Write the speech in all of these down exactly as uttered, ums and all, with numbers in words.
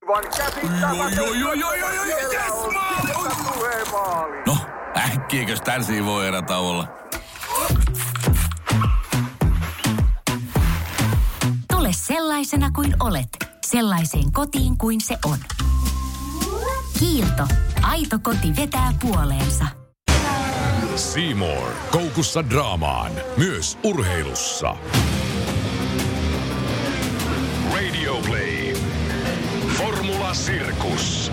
Aivan käsittämätöntä. No, äkkiäkös tän voi erätä olla? Tule sellaisena kuin olet, sellaiseen kotiin kuin se on. Kiilto. Aito koti vetää puoleensa. C More. Koukussa draamaan. Myös urheilussa. Radio Play. Formula Circus.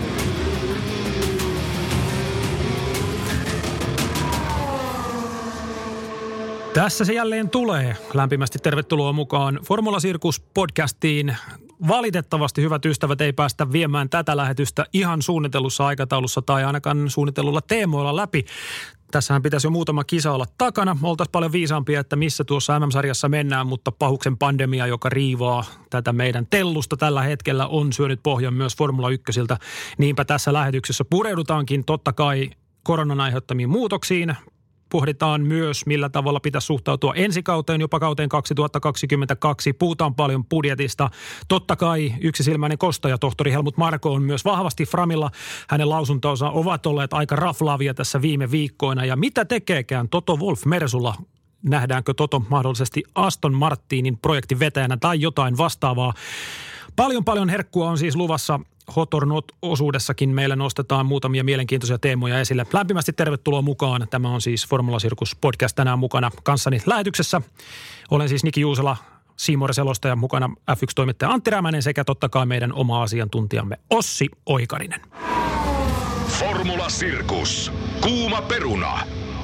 Tässä se jälleen tulee. Lämpimästi tervetuloa mukaan Formula Circus podcastiin. Valitettavasti, hyvät ystävät, ei päästä viemään tätä lähetystä ihan suunnitellussa aikataulussa tai ainakaan suunnitellulla teemoilla läpi. Tässähän pitäisi jo muutama kisa olla takana. Oltaisiin paljon viisaampia, että missä tuossa M M-sarjassa mennään, mutta pahuksen pandemia, joka riivaa tätä meidän tellusta tällä hetkellä, on syönyt pohjan myös Formula ykkösiltä. Niinpä tässä lähetyksessä pureudutaankin totta kai koronan aiheuttamiin muutoksiin. Pohditaan myös, millä tavalla pitäisi suhtautua ensi kauteen, jopa kauteen kaksituhattakaksikymmentäkaksi. Puhutaan paljon budjetista. Totta kai yksisilmäinen kostaja, tohtori Helmut Marko, on myös vahvasti framilla. Hänen lausuntonsa ovat olleet aika raflaavia tässä viime viikkoina. Ja mitä tekeekään Toto Wolff Mersulla? Nähdäänkö Toto mahdollisesti Aston Martinin projektin vetäjänä tai jotain vastaavaa? Paljon paljon herkkua on siis luvassa. Hot or Not-osuudessakin meillä nostetaan muutamia mielenkiintoisia teemoja esille. Lämpimästi tervetuloa mukaan. Tämä on siis Formula Circus podcast tänään mukana kanssani lähetyksessä. Olen siis Niki Juusela, C More-selostaja, mukana F yksi-toimittaja Antti Rämänen sekä totta kai meidän oma asiantuntijamme Ossi Oikarinen. Formula Circus. Kuuma peruna.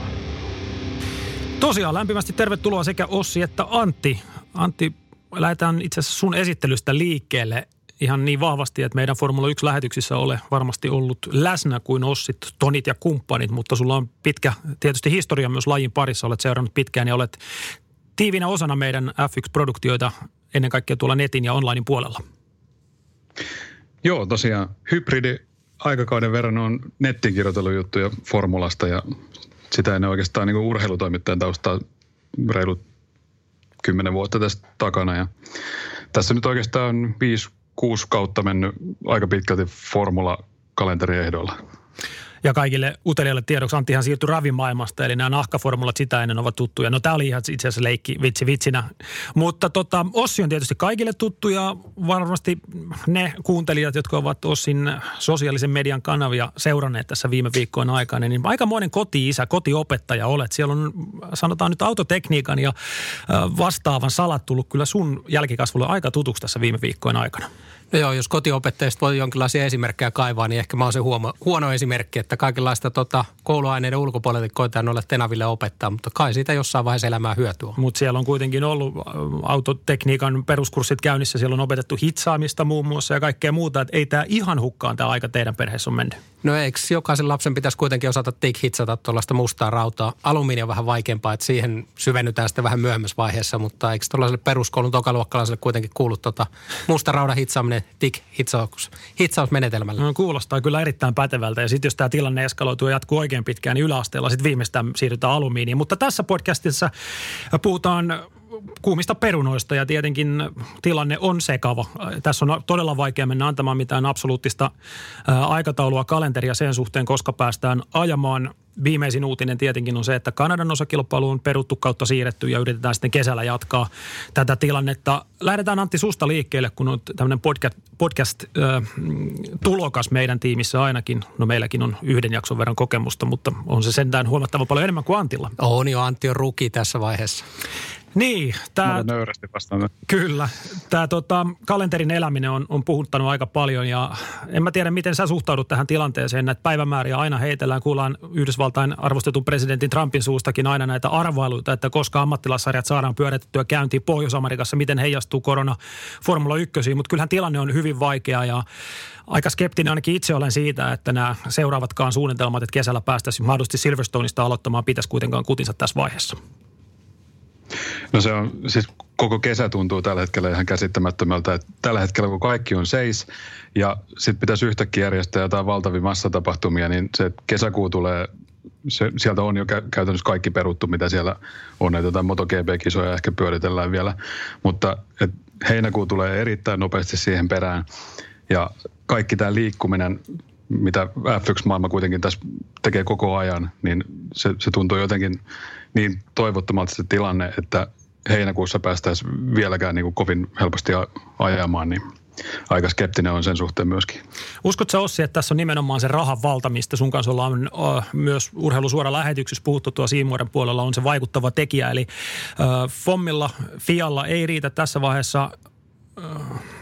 Tosiaan lämpimästi tervetuloa sekä Ossi että Antti. Antti, lähdetään itse asiassa sun esittelystä liikkeelle. Ihan niin vahvasti, että meidän Formula yksi-lähetyksissä ole varmasti ollut läsnä kuin Ossit, Tonit ja kumppanit, mutta sulla on pitkä tietysti historia myös lajin parissa. Olet seurannut pitkään ja olet tiivinä osana meidän F yksi-produktioita ennen kaikkea tuolla netin ja onlinein puolella. Joo, tosiaan hybridi aikakauden verran on nettiin kirjoitellut juttuja formulasta ja sitä ennen oikeastaan niin kuin urheilutoimittajan taustaa reilut kymmenen vuotta tästä takana. Ja tässä nyt oikeastaan viisi kuusi kautta mennyt aika pitkälti formula-kalenteriehdoilla. Ja kaikille uteliaille tiedoksi Anttihan siirtyi ravimaailmasta, eli nämä nahkaformulat sitä ennen ovat tuttuja. No tämä oli ihan itse asiassa leikki vitsi vitsinä. Mutta tota, Ossi on tietysti kaikille tuttu ja varmasti ne kuuntelijat, jotka ovat Ossin sosiaalisen median kanavia seuranneet tässä viime viikkoina aikana, niin aikamoinen koti-isä, kotiopettaja olet. Siellä on, sanotaan nyt autotekniikan ja vastaavan salat tullut kyllä sun jälkikasvulle aika tutuksi tässä viime viikkoina aikana. No joo, jos kotiopettajista voi jonkinlaisia esimerkkejä kaivaa, niin ehkä mä oon se huono, huono esimerkki, että kaikenlaista tota, kouluaineiden ulkopuolelle koetaan olla tenaville opettaa, mutta kai siitä jossain vaiheessa elämää hyötyä. Mutta siellä on kuitenkin ollut autotekniikan peruskurssit käynnissä, siellä on opetettu hitsaamista muun muassa ja kaikkea muuta, että ei tämä ihan hukkaan tämä aika teidän perheessä on mennyt. No eikö jokaisen lapsen pitäisi kuitenkin osata tik-hitsata tuollaista mustaa rautaa? Alumiini on vähän vaikeampaa, että siihen syvennytään sitten vähän myöhemmässä vaiheessa, mutta eikö tuollaiselle peruskoulun tokaluokkalaiselle kuitenkin kuulu tota musta raudan hitsaaminen tik-hitsausmenetelmällä? No, kuulostaa kyllä erittäin pätevältä ja sitten jos tämä tilanne eskaloituu ja jatkuu oikein pitkään, niin yläasteella sitten viimeistään siirrytään alumiiniin. Mutta tässä podcastissa puhutaan kuumista perunoista ja tietenkin tilanne on sekava. Tässä on todella vaikea mennä antamaan mitään absoluuttista aikataulua, kalenteria sen suhteen, koska päästään ajamaan. Viimeisin uutinen tietenkin on se, että Kanadan osakilpailu on peruttu kautta siirretty ja yritetään sitten kesällä jatkaa tätä tilannetta. Lähdetään Antti susta liikkeelle, kun on tämmöinen podcast, podcast-tulokas meidän tiimissä ainakin. No meilläkin on yhden jakson verran kokemusta, mutta on se sentään huomattavan paljon enemmän kuin Antilla. On jo, Antti on ruki tässä vaiheessa. Niin, tämä, nöyrästi vastaan. Kyllä. Tämä tota, kalenterin eläminen on, on puhuttanut aika paljon ja en mä tiedä, miten sä suhtaudut tähän tilanteeseen. Näitä päivämääriä aina heitellään. Kuullaan Yhdysvaltain arvostetun presidentin Trumpin suustakin aina näitä arvailuita, että koska ammattilaissarjat saadaan pyöritettyä käyntiin Pohjois-Amerikassa, miten heijastuu korona Formula ykkösiin. Mutta kyllähän tilanne on hyvin vaikea ja aika skeptinen ainakin itse olen siitä, että nämä seuraavatkaan suunnitelmat, että kesällä päästäisiin mahdollisesti Silverstoneista aloittamaan, pitäisi kuitenkaan kutinsa tässä vaiheessa. No se on, siis koko kesä tuntuu tällä hetkellä ihan käsittämättömältä, että tällä hetkellä kun kaikki on seis ja sitten pitäisi yhtäkkiä järjestää jotain valtavia massatapahtumia, niin se kesäkuu tulee, se, sieltä on jo kä- käytännössä kaikki peruttu, mitä siellä on, että jotain MotoGP-kisoja ehkä pyöritellään vielä, mutta et heinäkuu tulee erittäin nopeasti siihen perään Ja kaikki tämä liikkuminen, mitä F yksi -maailma kuitenkin tässä tekee koko ajan, niin se, se tuntuu jotenkin niin toivottomalta se tilanne, että heinäkuussa päästäisiin vieläkään niin kuin kovin helposti ajamaan, niin aika skeptinen on sen suhteen myöskin. Uskotko sä, Ossi, että tässä on nimenomaan se rahan valta, mistä sun kanssa ollaan uh, myös urheilusuora lähetyksessä puhuttu tuo Siimuoren puolella, on se vaikuttava tekijä. Eli uh, Fommilla, Fialla ei riitä tässä vaiheessa uh,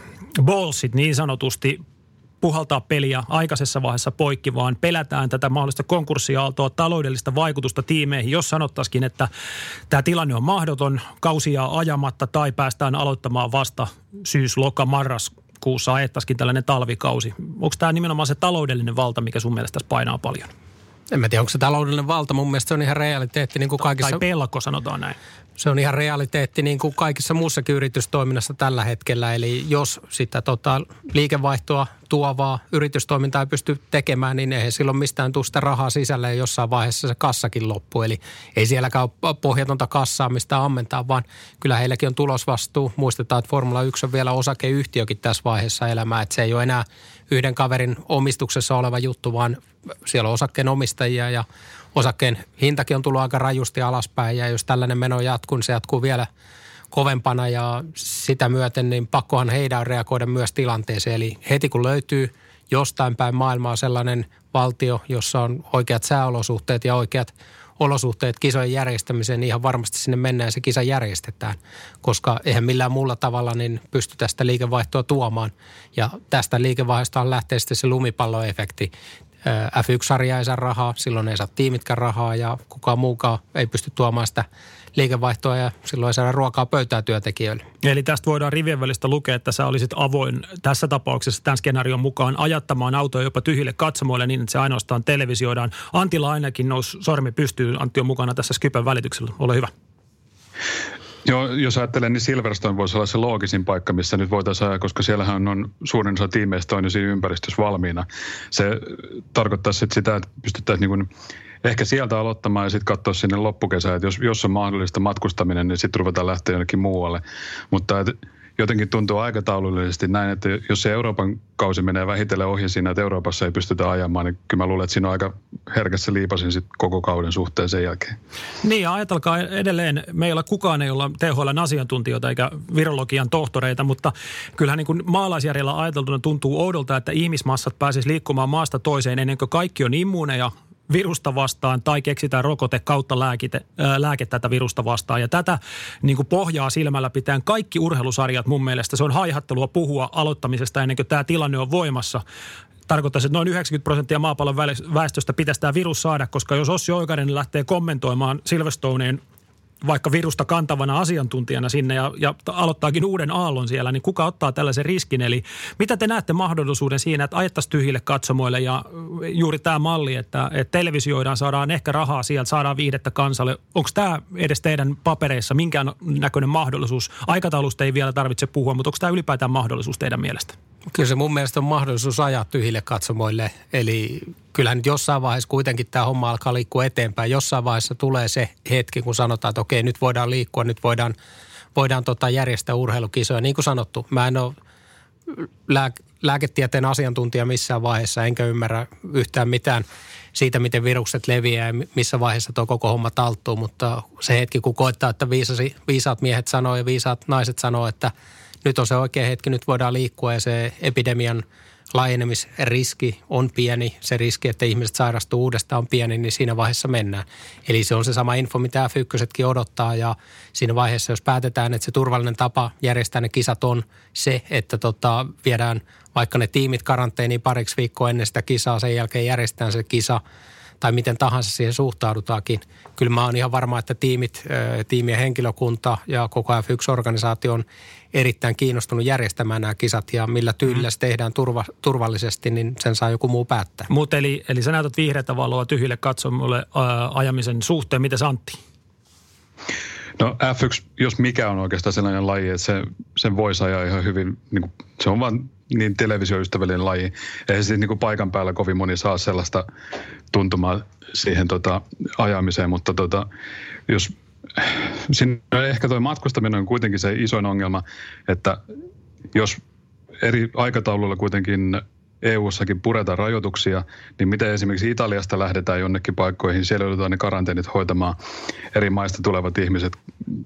ballsit niin sanotusti puhaltaa peliä aikaisessa vaiheessa poikki, vaan pelätään tätä mahdollista konkurssiaaltoa, taloudellista vaikutusta tiimeihin, jos sanottaisikin, että tämä tilanne on mahdoton, kausia ajamatta tai päästään aloittamaan vasta syys, loka, marraskuussa, ajettaisikin tällainen talvikausi. Onko tämä nimenomaan se taloudellinen valta, mikä sun mielestä tässä painaa paljon? En mä tiedä, onko se taloudellinen valta. Mun mielestä se on ihan realiteetti niin kuin kaikissa... Tai pelko, sanotaan näin. Se on ihan realiteetti niin kuin kaikissa muussakin yritystoiminnassa tällä hetkellä. Eli jos sitä tota, liikevaihtoa tuovaa yritystoimintaa ei pysty tekemään, niin eihän silloin mistään tule sitä rahaa sisälle ja jossain vaiheessa se kassakin loppuu. Eli ei sielläkään ole pohjatonta kassaa, mistä ammentaa, vaan kyllä heilläkin on tulosvastuu. Muistetaan, että Formula yksi on vielä osakeyhtiökin tässä vaiheessa elämää, että se ei ole enää yhden kaverin omistuksessa oleva juttu, vaan siellä on osakkeen omistajia ja osakkeen hintakin on tullut aika rajusti alaspäin ja jos tällainen meno jatkuu, niin se jatkuu vielä kovempana ja sitä myöten niin pakkohan heidän reagoida myös tilanteeseen. Eli heti kun löytyy jostain päin maailmaa sellainen valtio, jossa on oikeat sääolosuhteet ja oikeat olosuhteet kisojen järjestämiseen, niin ihan varmasti sinne mennään ja se kisa järjestetään, koska eihän millään muulla tavalla niin pysty tästä liikevaihtoa tuomaan. Ja tästä liikevaihdosta lähtee sitten se lumipalloefekti. F yksi-sarja ei saa rahaa, silloin ei saa tiimitkään rahaa ja kukaan muukaan ei pysty tuomaan sitä liikevaihtoa ja silloin ei saada ruokaa pöytää työntekijöille. Eli tästä voidaan rivien välistä lukea, että sä olisit avoin tässä tapauksessa tämän skenaarion mukaan ajattamaan autoja jopa tyhjille katsomoille niin, että se ainoastaan televisioidaan. Antilla ainakin nousi sormi pystyyn. Antti on mukana tässä Skypen välityksellä. Ole hyvä. Joo, jos ajattelen, niin Silverstone voisi olla se loogisin paikka, missä nyt voitaisiin ajaa, koska siellähän on suurin osa tiimeistä on jo siinä ympäristössä valmiina. Se tarkoittaa sitten sitä, että pystyttäisiin niin kuin ehkä sieltä aloittamaan ja sitten katsoa sinne loppukesään, että jos, jos on mahdollista matkustaminen, niin sitten ruvetaan lähteä jonnekin muualle. Mutta et, jotenkin tuntuu aikataulullisesti näin, että jos se Euroopan kausi menee vähitellen ohi siinä, että Euroopassa ei pystytä ajamaan, niin kyllä mä luulen, että siinä on aika herkässä liipasin sitten koko kauden suhteen sen jälkeen. Niin ja ajatelkaa edelleen, meillä kukaan ei olla T H L:n asiantuntijoita eikä virologian tohtoreita, mutta kyllähän niin kuin maalaisjärjellä ajateltuna tuntuu oudolta, että ihmismassat pääsisi liikkumaan maasta toiseen ennen kuin kaikki on immuuneja virusta vastaan tai keksitään rokote kautta lääkite, ää, lääke tätä virusta vastaan. Ja tätä niin kuin pohjaa silmällä pitäen kaikki urheilusarjat mun mielestä. Se on haihattelua puhua aloittamisesta ennen kuin tämä tilanne on voimassa. Tarkoittaisi, että noin yhdeksänkymmentä prosenttia maapallon väestöstä pitäisi tämä virus saada, koska jos Ossi Oikainen lähtee kommentoimaan Silverstoneen vaikka virusta kantavana asiantuntijana sinne ja, ja aloittaakin uuden aallon siellä, niin kuka ottaa tällaisen riskin? Eli mitä te näette mahdollisuuden siinä, että ajettaisiin tyhjille katsomoille ja juuri tämä malli, että, että televisioidaan, saadaan ehkä rahaa sieltä, saadaan viihdettä kansalle. Onko tämä edes teidän papereissa minkään näköinen mahdollisuus? Aikataulusta ei vielä tarvitse puhua, mutta onko tämä ylipäätään mahdollisuus teidän mielestä? Kyllä se mun mielestä on mahdollisuus ajaa tyhjille katsomoille, eli kyllähän nyt jossain vaiheessa kuitenkin tämä homma alkaa liikkua eteenpäin. Jossain vaiheessa tulee se hetki, kun sanotaan, että okei, nyt voidaan liikkua, nyt voidaan, voidaan tota järjestää urheilukisoja. Niin kuin sanottu, mä en ole lääk- lääketieteen asiantuntija missään vaiheessa, enkä ymmärrä yhtään mitään siitä, miten virukset leviää ja missä vaiheessa tuo koko homma talttuu, mutta se hetki, kun koittaa, että viisasi, viisaat miehet sanoo ja viisaat naiset sanoo, että nyt on se oikea hetki, nyt voidaan liikkua ja se epidemian laajenemisriski on pieni. Se riski, että ihmiset sairastuu uudestaan on pieni, niin siinä vaiheessa mennään. Eli se on se sama info, mitä F yksi odottaa ja siinä vaiheessa, jos päätetään, että se turvallinen tapa järjestää ne kisat on se, että tota, viedään vaikka ne tiimit karanteeniin pariksi viikkoa ennen sitä kisaa, sen jälkeen järjestetään se kisa tai miten tahansa siihen suhtaudutaankin. Kyllä mä oon ihan varma, että tiimit, tiimien henkilökunta ja koko F yksi -organisaatio on erittäin kiinnostunut järjestämään nämä kisat ja millä tyylillä se tehdään turva, turvallisesti, niin sen saa joku muu päättää. Mutta eli, eli sä näytät vihreätä valoa tyhjille katsomulle ää, ajamisen suhteen. Miten Antti? No F yksi, jos mikä on oikeastaan sellainen laji, että se, sen voisi ajaa ihan hyvin, niin kuin, se on vaan niin televisioystävällinen laji. Eihän siis niin kuin paikan päällä kovin moni saa sellaista tuntumaa siihen tota, ajamiseen, mutta tota, jos siinä ehkä tuo matkustaminen on kuitenkin se isoin ongelma, että jos eri aikatauluilla kuitenkin E U-sakin puretaan rajoituksia, niin miten esimerkiksi Italiasta lähdetään jonnekin paikkoihin, siellä joudutaan ne karanteenit hoitamaan, eri maista tulevat ihmiset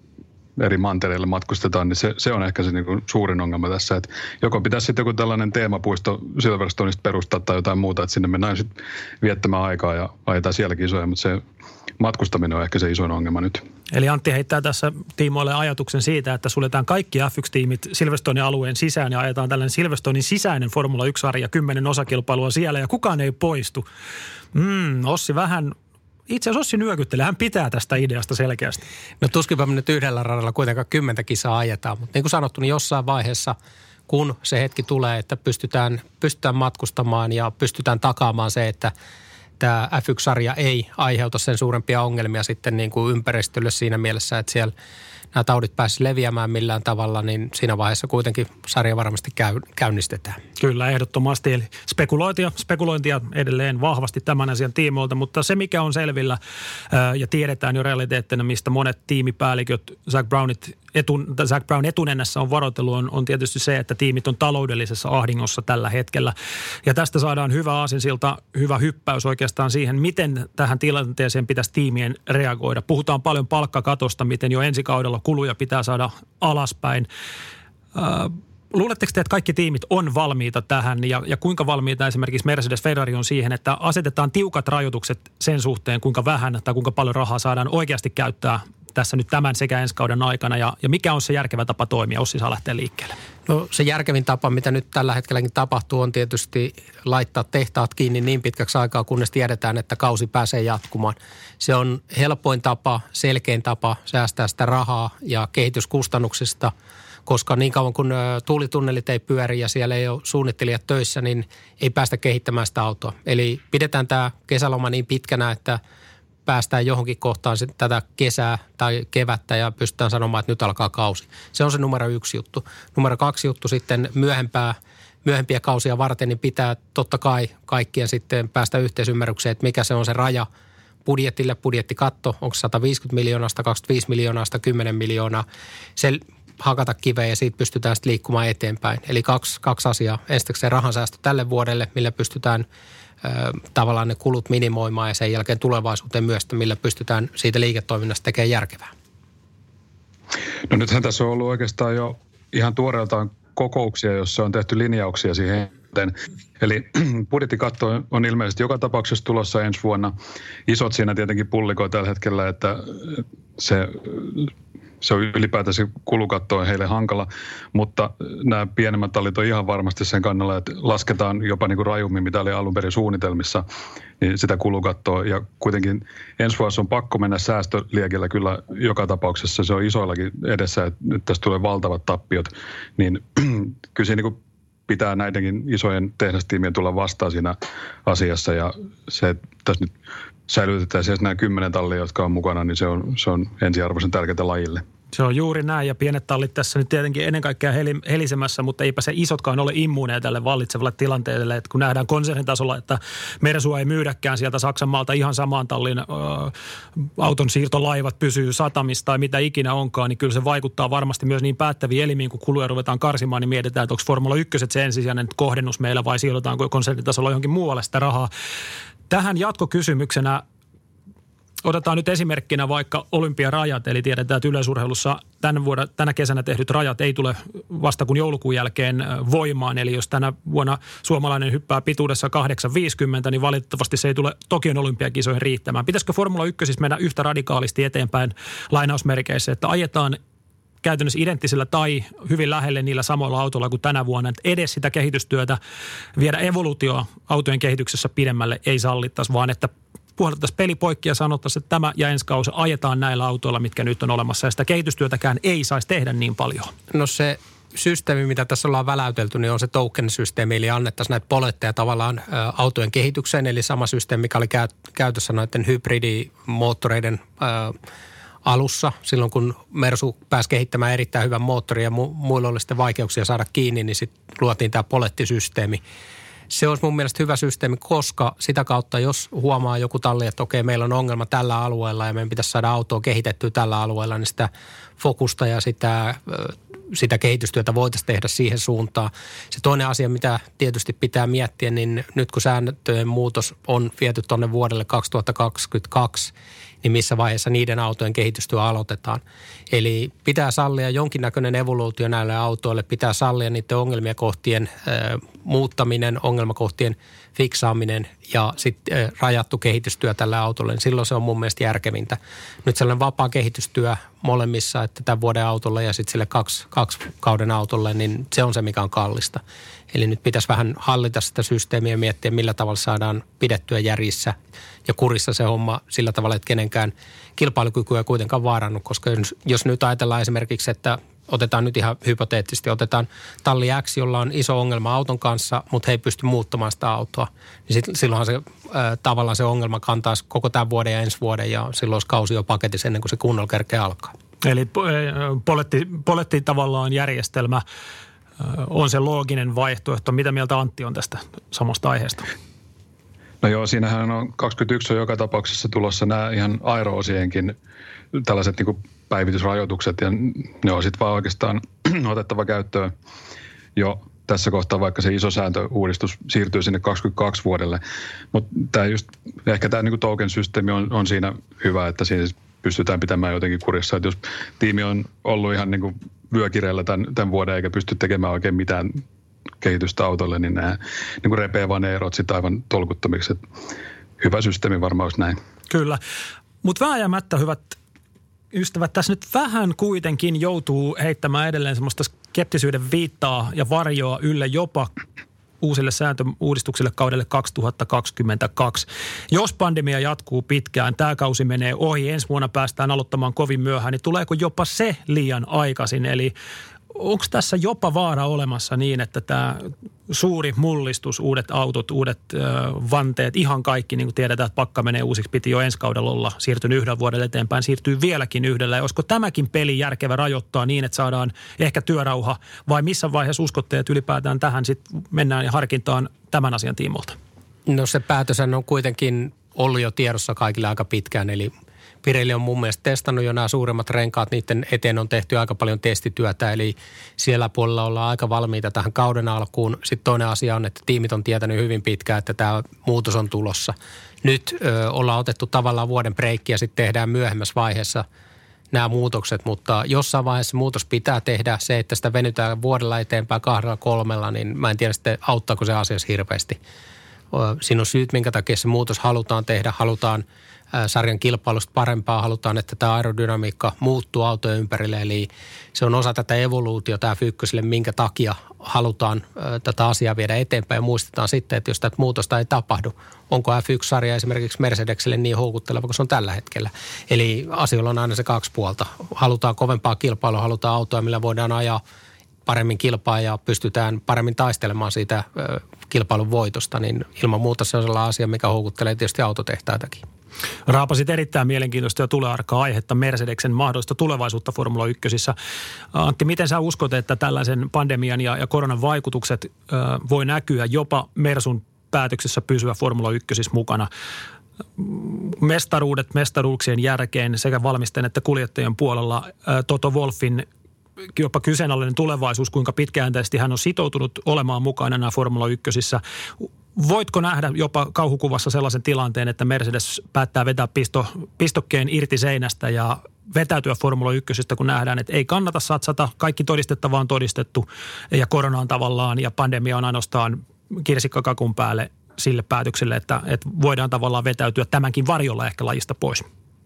eri mantereille matkustetaan, niin se, se on ehkä se niin kuin suurin ongelma tässä, että joko pitäisi sitten joku tällainen teemapuisto Silverstoneista perustaa tai jotain muuta, että sinne mennään sitten viettämään aikaa ja ajetaan sielläkin isoja, mutta se matkustaminen on ehkä se isoin ongelma nyt. Eli Antti heittää tässä tiimoille ajatuksen siitä, että suljetaan kaikki F yksi -tiimit Silverstonein alueen sisään ja ajetaan tällainen Silverstonein sisäinen Formula yksi-sarja, kymmenen osakilpailua siellä ja kukaan ei poistu. Mm, Ossi vähän... Itse asiassa Ossi nyökyttelee, hän pitää tästä ideasta selkeästi. No tuskinpä me nyt yhdellä radalla kuitenkaan kymmentä kisaa ajetaan, mutta niin kuin sanottu, niin jossain vaiheessa, kun se hetki tulee, että pystytään, pystytään matkustamaan ja pystytään takaamaan se, että tämä F yksi-sarja ei aiheuta sen suurempia ongelmia sitten niin kuin ympäristölle siinä mielessä, että siellä nämä taudit pääsisi leviämään millään tavalla, niin siinä vaiheessa kuitenkin sarja varmasti käy, käynnistetään. Kyllä, ehdottomasti. Eli spekulointia, spekulointia edelleen vahvasti tämän asian tiimoilta, mutta se mikä on selvillä ää, ja tiedetään jo realiteettina, mistä monet tiimipäälliköt Zak Brownit etun, Zak Brown etunenässä on varoitellut, on, on tietysti se, että tiimit on taloudellisessa ahdingossa tällä hetkellä. Ja tästä saadaan hyvä aasinsilta, hyvä hyppäys oikeastaan siihen, miten tähän tilanteeseen pitäisi tiimien reagoida. Puhutaan paljon palkkakatosta, miten jo ensi kaudella kuluja pitää saada alaspäin. Äh, luuletteko te, että kaikki tiimit on valmiita tähän ja, ja kuinka valmiita esimerkiksi Mercedes Ferrari on siihen, että asetetaan tiukat rajoitukset sen suhteen, kuinka vähän tai kuinka paljon rahaa saadaan oikeasti käyttää tässä nyt tämän sekä ensi kauden aikana ja, ja mikä on se järkevä tapa toimia? Ossi saa lähteä liikkeelle. No se järkevin tapa, mitä nyt tällä hetkelläkin tapahtuu, on tietysti laittaa tehtaat kiinni niin pitkäksi aikaa, kunnes tiedetään, että kausi pääsee jatkumaan. Se on helpoin tapa, selkein tapa säästää sitä rahaa ja kehityskustannuksista, koska niin kauan kun tuulitunnelit ei pyöri ja siellä ei ole suunnittelijat töissä, niin ei päästä kehittämään sitä autoa. Eli pidetään tämä kesäloma niin pitkänä, että päästään johonkin kohtaan tätä kesää tai kevättä ja pystytään sanomaan, että nyt alkaa kausi. Se on se numero yksi juttu. Numero kaksi juttu sitten myöhempää, myöhempiä kausia varten, niin pitää totta kai kaikkien sitten päästä yhteisymmärrykseen, että mikä se on se raja budjetille, budjettikatto, onko sata viisikymmentä miljoonasta, kaksikymmentäviisi miljoonasta, kymmenen miljoonaa. Se hakata kiveen ja siitä pystytään sitten liikkumaan eteenpäin. Eli kaksi, kaksi asiaa. Ensinnäkin se rahansäästö tälle vuodelle, millä pystytään tavallaan ne kulut minimoimaan ja sen jälkeen tulevaisuuteen myös, millä pystytään siitä liiketoiminnasta tekemään järkevää. No nythän tässä on ollut oikeastaan jo ihan tuoreeltaan kokouksia, joissa on tehty linjauksia siihen. Eli budjettikatto on ilmeisesti joka tapauksessa tulossa ensi vuonna. Isot siinä tietenkin pullikoi tällä hetkellä, että se... Se on ylipäätänsä kulukatto on heille hankala, mutta nämä pienemmät tallit on ihan varmasti sen kannalla, että lasketaan jopa niin kuin rajummin, mitä oli alun perin suunnitelmissa, niin sitä kulukattoa. Ja kuitenkin ensi vuosi on pakko mennä säästöliekillä kyllä joka tapauksessa. Se on isoillakin edessä, että nyt tässä tulee valtavat tappiot. Niin kyllä siinä niin kuin pitää näidenkin isojen tehdastiimien tulla vastaan siinä asiassa. Ja se, että tässä nyt säilytetään siis nämä kymmenen tallia, jotka on mukana, niin se on, se on ensiarvoisen tärkeää lajille. Se on juuri näin ja pienet tallit tässä nyt tietenkin ennen kaikkea helisemässä, mutta eipä se isotkaan ole immuuneja tälle vallitsevalle tilanteelle. Että kun nähdään konsernitasolla, että Mersua ei myydäkään sieltä Saksan maalta ihan samaan tallin ö, auton siirtolaivat pysyy satamista tai mitä ikinä onkaan, niin kyllä se vaikuttaa varmasti myös niin päättäviin elimiin, kun kuluja ruvetaan karsimaan, niin mietitään, että onko Formula yksi se ensisijainen kohdennus meillä vai siirrotaanko konsernitasolla johonkin muualle sitä rahaa. Tähän jatkokysymyksenä otetaan nyt esimerkkinä vaikka olympiarajat, eli tiedetään, että yleisurheilussa tänä, vuonna, tänä kesänä tehdyt rajat ei tule vasta kun joulukuun jälkeen voimaan. Eli jos tänä vuonna suomalainen hyppää pituudessa kahdeksan viisikymmentä, niin valitettavasti se ei tule Tokion olympiakisoihin riittämään. Pitäisikö Formula yksi siis mennä yhtä radikaalisti eteenpäin lainausmerkeissä, että ajetaan käytännössä identtisellä tai hyvin lähelle niillä samoilla autoilla kuin tänä vuonna, että edes sitä kehitystyötä viedä evoluutioa autojen kehityksessä pidemmälle ei sallittaisi, vaan että puhallettaisiin peli poikki ja sanottaisiin, että tämä ja ensi kausi ajetaan näillä autoilla, mitkä nyt on olemassa ja sitä kehitystyötäkään ei saisi tehdä niin paljon. No se systeemi, mitä tässä ollaan väläytelty, niin on se token-systeemi, eli annettaisiin näitä poletteja tavallaan ä, autojen kehitykseen, eli sama systeemi, mikä oli käy, käytössä noiden hybridimoottoreiden ä, alussa, silloin kun Mersu pääsi kehittämään erittäin hyvän moottorin ja mu- muilla oli sitten vaikeuksia saada kiinni, niin sitten luotiin tämä polettisysteemi. Se olisi mun mielestä hyvä systeemi, koska sitä kautta, jos huomaa joku talli, että okei, meillä on ongelma tällä alueella ja meidän pitäisi saada autoa kehitettyä tällä alueella, niin sitä fokusta ja sitä sitä kehitystyötä voitaisiin tehdä siihen suuntaan. Se toinen asia, mitä tietysti pitää miettiä, niin nyt kun sääntöjen muutos on viety tuonne vuodelle kaksituhattakaksikymmentäkaksi, niin missä vaiheessa niiden autojen kehitystyö aloitetaan. Eli pitää sallia jonkinnäköinen evoluutio näille autoille, pitää sallia niiden ongelmakohtien äh, muuttaminen, ongelmakohtien fiksaaminen ja sitten äh, rajattu kehitystyö tälle autolle. Niin silloin se on mun mielestä järkevintä. Nyt sellainen vapaa kehitystyö molemmissa, että tämän vuoden autolle ja sitten sille kaksi, kaksi kauden autolle, niin se on se, mikä on kallista. Eli nyt pitäisi vähän hallita sitä systeemiä ja miettiä, millä tavalla saadaan pidettyä järjissä ja kurissa se homma sillä tavalla, että kenenkään kilpailukykyä ei kuitenkaan vaarannut, koska jos, jos nyt ajatellaan esimerkiksi, että otetaan nyt ihan hypoteettisesti, otetaan talli X, jolla on iso ongelma auton kanssa, mutta he ei pysty muuttamaan sitä autoa, niin sit, silloinhan se äh, tavallaan se ongelma kantaisi koko tämän vuoden ja ensi vuoden ja silloin olisi kausi jo paketissa ennen kuin se kunnolla kerkeä alkaa. Eli poletti, poletti tavallaan järjestelmä on se looginen vaihtoehto. Mitä mieltä Antti on tästä samasta aiheesta? No joo, siinähän on kaksikymmentäyksi on joka tapauksessa tulossa nämä ihan aero-osienkin tällaiset niin kuin päivitysrajoitukset ja ne on sitten vaan oikeastaan otettava käyttöön jo tässä kohtaa, vaikka se iso sääntöuudistus siirtyy sinne kaksikymmentäkaksi vuodelle. Mutta tämä just, ehkä tämä niin token-systeemi on, on siinä hyvä, että siinä pystytään pitämään jotenkin kurissa. Että jos tiimi on ollut ihan niin kuin vyökireellä tämän, tämän vuoden eikä pysty tekemään oikein mitään kehitystä autolle, niin nämä niin kuin repee vaan ne erot sitten aivan tolkuttomiksi. Että hyvä systeemi varmaan olisi näin. Kyllä, mutta vääjäämättä hyvät ystävät, tässä nyt vähän kuitenkin joutuu heittämään edelleen semmoista skeptisyyden viittaa ja varjoa ylle jopa uusille sääntöuudistuksille kaudelle kaksituhattakaksikymmentäkaksi. Jos pandemia jatkuu pitkään, tämä kausi menee ohi, ensi vuonna päästään aloittamaan kovin myöhään, niin tuleeko jopa se liian aikaisin? Eli onko tässä jopa vaara olemassa niin, että tämä suuri mullistus, uudet autot, uudet ö, vanteet, ihan kaikki, niin kuin tiedetään, että pakka menee uusiksi, piti jo ensi kaudella olla siirtynyt yhden vuoden eteenpäin, siirtyy vieläkin yhdellä. Ja olisiko tämäkin peli järkevä rajoittaa niin, että saadaan ehkä työrauha, vai missä vaiheessa uskotte, että ylipäätään tähän sitten mennään ja harkintaan tämän asian tiimolta? No se päätöshän on kuitenkin ollut jo tiedossa kaikille aika pitkään, eli Pirelli on mun mielestä testannut jo nämä suuremmat renkaat, niiden eteen on tehty aika paljon testityötä, eli siellä puolella ollaan aika valmiita tähän kauden alkuun. Sitten toinen asia on, että tiimit on tietänyt hyvin pitkään, että tämä muutos on tulossa. Nyt ö, ollaan otettu tavallaan vuoden breikki ja sitten tehdään myöhemmässä vaiheessa nämä muutokset, mutta jossain vaiheessa muutos pitää tehdä. Se, että sitä venytään vuodella eteenpäin kahdella kolmella, niin mä en tiedä sitten auttaako se asiassa hirveästi. Siinä on syyt, minkä takia se muutos halutaan tehdä, halutaan sarjan kilpailusta parempaa, halutaan, että tämä aerodynamiikka muuttuu autojen ympärille, eli se on osa tätä evoluutiota tämä F yksi, minkä takia halutaan tätä asiaa viedä eteenpäin ja muistetaan sitten, että jos tätä muutosta ei tapahdu, onko F yksi-sarja esimerkiksi Mercedesille niin houkutteleva kuin se on tällä hetkellä. Eli asioilla on aina se kaksi puolta. Halutaan kovempaa kilpailua, halutaan autoja, millä voidaan ajaa paremmin kilpaa ja pystytään paremmin taistelemaan siitä kilpailun voitosta, niin ilman muuta se on sellainen asia, mikä houkuttelee tietysti autotehtaitakin. Raapasit erittäin mielenkiintoista ja tulearkaa aihetta Mercedeksen mahdollista tulevaisuutta Formula ykkösissä. Antti, miten sä uskot, että tällaisen pandemian ja, ja koronan vaikutukset ö, voi näkyä jopa Mersun päätöksessä pysyä Formula ykkösissä mukana? Mestaruudet mestaruuksien jälkeen sekä valmistajien että kuljettajien puolella ö, Toto Wolffin jopa kyseenalainen tulevaisuus, kuinka pitkäjänteisesti hän on sitoutunut olemaan mukana nämä Formula ykkösissä. Voitko nähdä jopa kauhukuvassa sellaisen tilanteen, että Mercedes päättää vetää pisto, pistokkeen irti seinästä ja vetäytyä Formula ykkösistä, kun nähdään, että ei kannata satsata, kaikki todistettava on todistettu ja korona on tavallaan ja pandemia on ainoastaan kirsikkakakun päälle sille päätökselle, että, että voidaan tavallaan vetäytyä tämänkin varjolla ehkä lajista pois?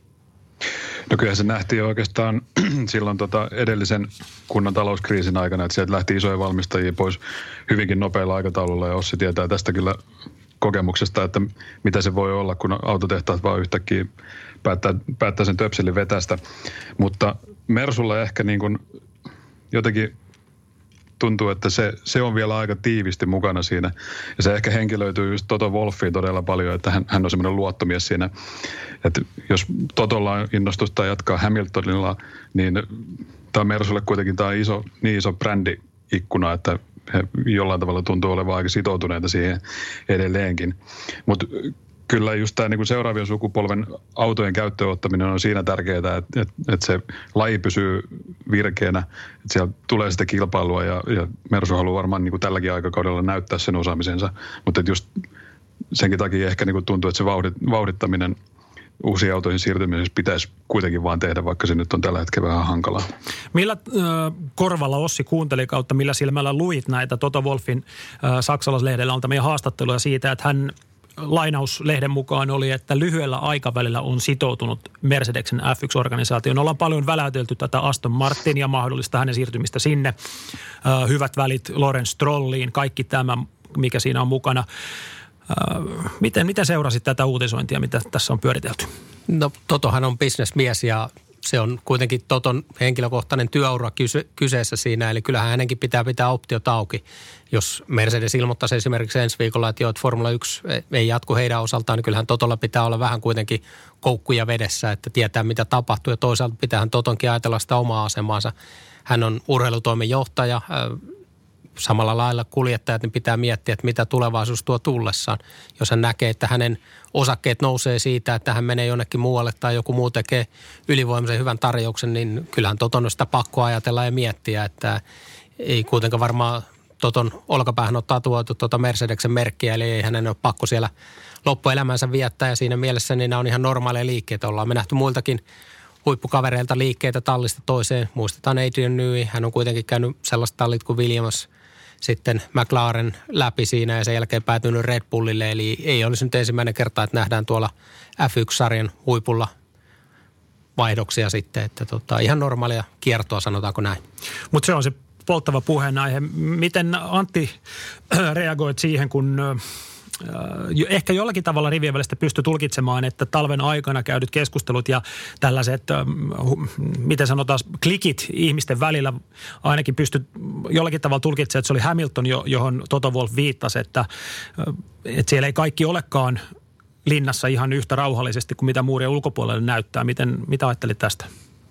No kyllä se nähtiin oikeastaan silloin tota edellisen kunnan talouskriisin aikana, että sieltä lähti isoja valmistajia pois hyvinkin nopealla aikataululla ja Ossi tietää tästä kyllä kokemuksesta, että mitä se voi olla, kun autotehtaat vaan yhtäkkiä päättää, päättää sen töpselin vetästä. Mutta Mersulla ehkä niin kuin jotenkin tuntuu, että se, se on vielä aika tiivisti mukana siinä. Ja se ehkä henkilöityy just Toto Wolffiin todella paljon, että hän, hän on semmoinen luottomies siinä. Että jos Totolla on innostusta jatkaa Hamiltonilla, niin tämä Mersulle kuitenkin tämä on iso, niin iso brändi-ikkuna, että he jollain tavalla tuntuu olevan aika sitoutuneita siihen edelleenkin. Mutta kyllä just tämä niin seuraavien sukupolven autojen käyttöön ottaminen on siinä tärkeää, että, että, että se laji pysyy virkeänä, että siellä tulee sitä kilpailua ja, ja Mersu haluaa varmaan niin kuin tälläkin aikakaudella näyttää sen osaamisensa, mutta että just senkin takia ehkä niin kuin tuntuu, että se vauhdit, vauhdittaminen uusiin autoihin siirtymisessä pitäisi kuitenkin vaan tehdä, vaikka se nyt on tällä hetkellä vähän hankalaa. Millä äh, korvalla Ossi kuunteli kautta, millä silmällä luit näitä Toto Wolffin äh, saksalaislehdellä antamia haastatteluja siitä, että hän lainauslehden mukaan oli, että lyhyellä aikavälillä on sitoutunut Mercedesen F yksi -organisaatioon. Ollaan paljon väläytelty tätä Aston Martinia, mahdollista hänen siirtymistä sinne. Äh, hyvät välit Lawrence Strolliin, kaikki tämä, mikä siinä on mukana. Äh, miten, miten seurasit tätä uutisointia, mitä tässä on pyöritelty? No Totohan on bisnesmies ja se on kuitenkin Toton henkilökohtainen työura kyse, kyseessä siinä. Eli kyllähän hänenkin pitää pitää optiot auki. Jos Mercedes ilmoittaisi esimerkiksi ensi viikolla, että, jo, että Formula yksi ei jatku heidän osaltaan, niin kyllähän Totolla pitää olla vähän kuitenkin koukkuja vedessä, että tietää mitä tapahtuu. Ja toisaalta pitäähän Totonkin ajatella sitä omaa asemaansa. Hän on urheilutoimenjohtaja. Samalla lailla kuljettajat, niin pitää miettiä, että mitä tulevaisuus tuo tullessaan. Jos hän näkee, että hänen osakkeet nousee siitä, että hän menee jonnekin muualle tai joku muu tekee ylivoimaisen hyvän tarjouksen, niin kyllähän Toton on sitä pakko ajatella ja miettiä, että ei kuitenkaan varmaan Toton olkapäähän ottaa tuotu tuota Mercedesen merkkiä, eli ei hänen ole pakko siellä loppuelämänsä viettää ja siinä mielessä niin nämä on ihan normaaleja liikkeitä. Ollaan me nähty muiltakin huippukavereilta liikkeitä tallista toiseen. Muistetaan Adrian Newey, hän on kuitenkin käynyt sellaiset tallit kuin Williams, sitten McLaren läpi siinä ja sen jälkeen päätynyt Red Bullille. Eli ei olisi nyt ensimmäinen kerta, että nähdään tuolla F yksi -sarjan huipulla vaihdoksia sitten. Että tota, ihan normaalia kiertoa, sanotaanko näin. Mutta se on se polttava puheenaihe. Miten Antti reagoit siihen, kun ehkä jollakin tavalla rivien välistä pystyi tulkitsemaan, että talven aikana käydyt keskustelut ja tällaiset, miten sanotaan, klikit ihmisten välillä ainakin pystyi jollakin tavalla tulkitsemaan, että se oli Hamilton, johon Toto Wolff viittasi, että, että siellä ei kaikki olekaan linnassa ihan yhtä rauhallisesti kuin mitä muurien ulkopuolelle näyttää. Miten, mitä ajattelit tästä?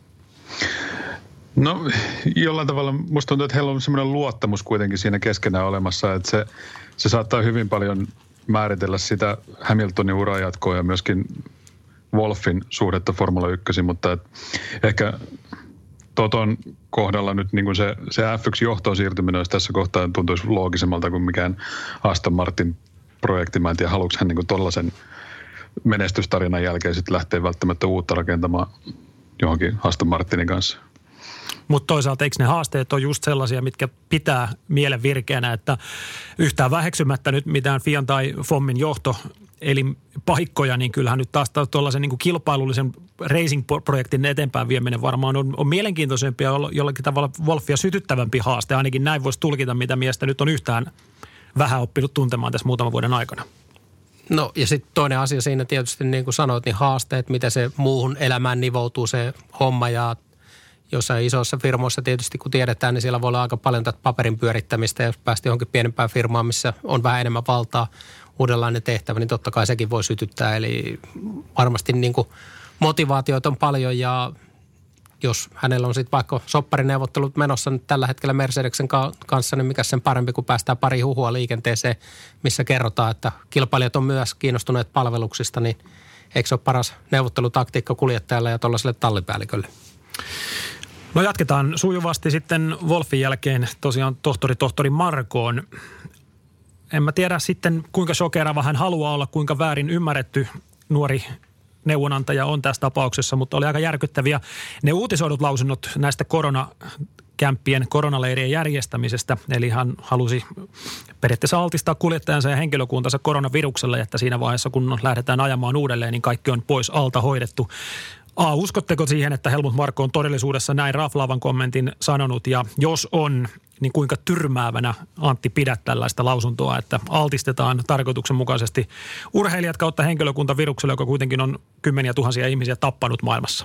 No jollain tavalla musta tuntuu, että heillä on semmoinen luottamus kuitenkin siinä keskenään olemassa, että se, se saattaa hyvin paljon määritellä sitä Hamiltonin urajatkoa ja myöskin Wolffin suhdetta Formula yksi, mutta et ehkä Toton kohdalla nyt niin kuin se, se F yksi -johtoon siirtyminen olisi tässä kohtaa tuntuisi loogisemmalta kuin mikään Aston Martin projekti. Mä en tiedä, haluatko hän niin kuin tollaisen menestystarinan jälkeen sitten lähteä välttämättä uutta rakentamaan johonkin Aston Martinin kanssa. Mutta toisaalta eikö ne haasteet ole just sellaisia, mitkä pitää mielen virkeänä, että yhtään väheksymättä nyt mitään Fian tai Fommin johto, eli paikkoja, niin kyllähän nyt taas tuollaisen niin kuin kilpailullisen racing-projektin eteenpäin vieminen varmaan on, on mielenkiintoisempi ja jollakin tavalla Wolffia sytyttävämpi haaste. Ainakin näin voisi tulkita, mitä miestä nyt on yhtään vähän oppinut tuntemaan tässä muutaman vuoden aikana. No ja sitten toinen asia siinä tietysti niin kuin sanoit, niin haasteet, miten se muuhun elämään nivoutuu se homma ja jossain isoissa firmoissa tietysti, kun tiedetään, niin siellä voi olla aika paljon tätä paperin pyörittämistä. Ja jos päästi johonkin pienempään firmaan, missä on vähän enemmän valtaa, uudenlainen tehtävä, niin totta kai sekin voi sytyttää. Eli varmasti niin kuin motivaatioita on paljon ja jos hänellä on sitten vaikka sopparineuvottelut menossa nyt tällä hetkellä Mercedesen kanssa, niin mikä sen parempi, kun päästään pari huhua liikenteeseen, missä kerrotaan, että kilpailijat on myös kiinnostuneet palveluksista, niin eikö se ole paras neuvottelutaktiikka kuljettajalle ja tuollaiselle tallipäällikölle? No jatketaan sujuvasti sitten Wolffin jälkeen tosiaan tohtori tohtori Markoon. En mä tiedä sitten kuinka shokerava hän haluaa olla, kuinka väärin ymmärretty nuori neuvonantaja on tässä tapauksessa, mutta oli aika järkyttäviä ne uutisoidut lausunnot näistä koronakämppien, koronaleirien järjestämisestä. Eli hän halusi periaatteessa altistaa kuljettajansa ja henkilökuntansa koronavirukselle, että siinä vaiheessa kun lähdetään ajamaan uudelleen, niin kaikki on pois alta hoidettu. A, uskotteko siihen, että Helmut Marko on todellisuudessa näin raflaavan kommentin sanonut ja jos on, niin kuinka tyrmäävänä Antti pidät tällaista lausuntoa, että altistetaan tarkoituksenmukaisesti urheilijat kautta henkilökunta virukselle, joka kuitenkin on kymmeniä tuhansia ihmisiä tappanut maailmassa?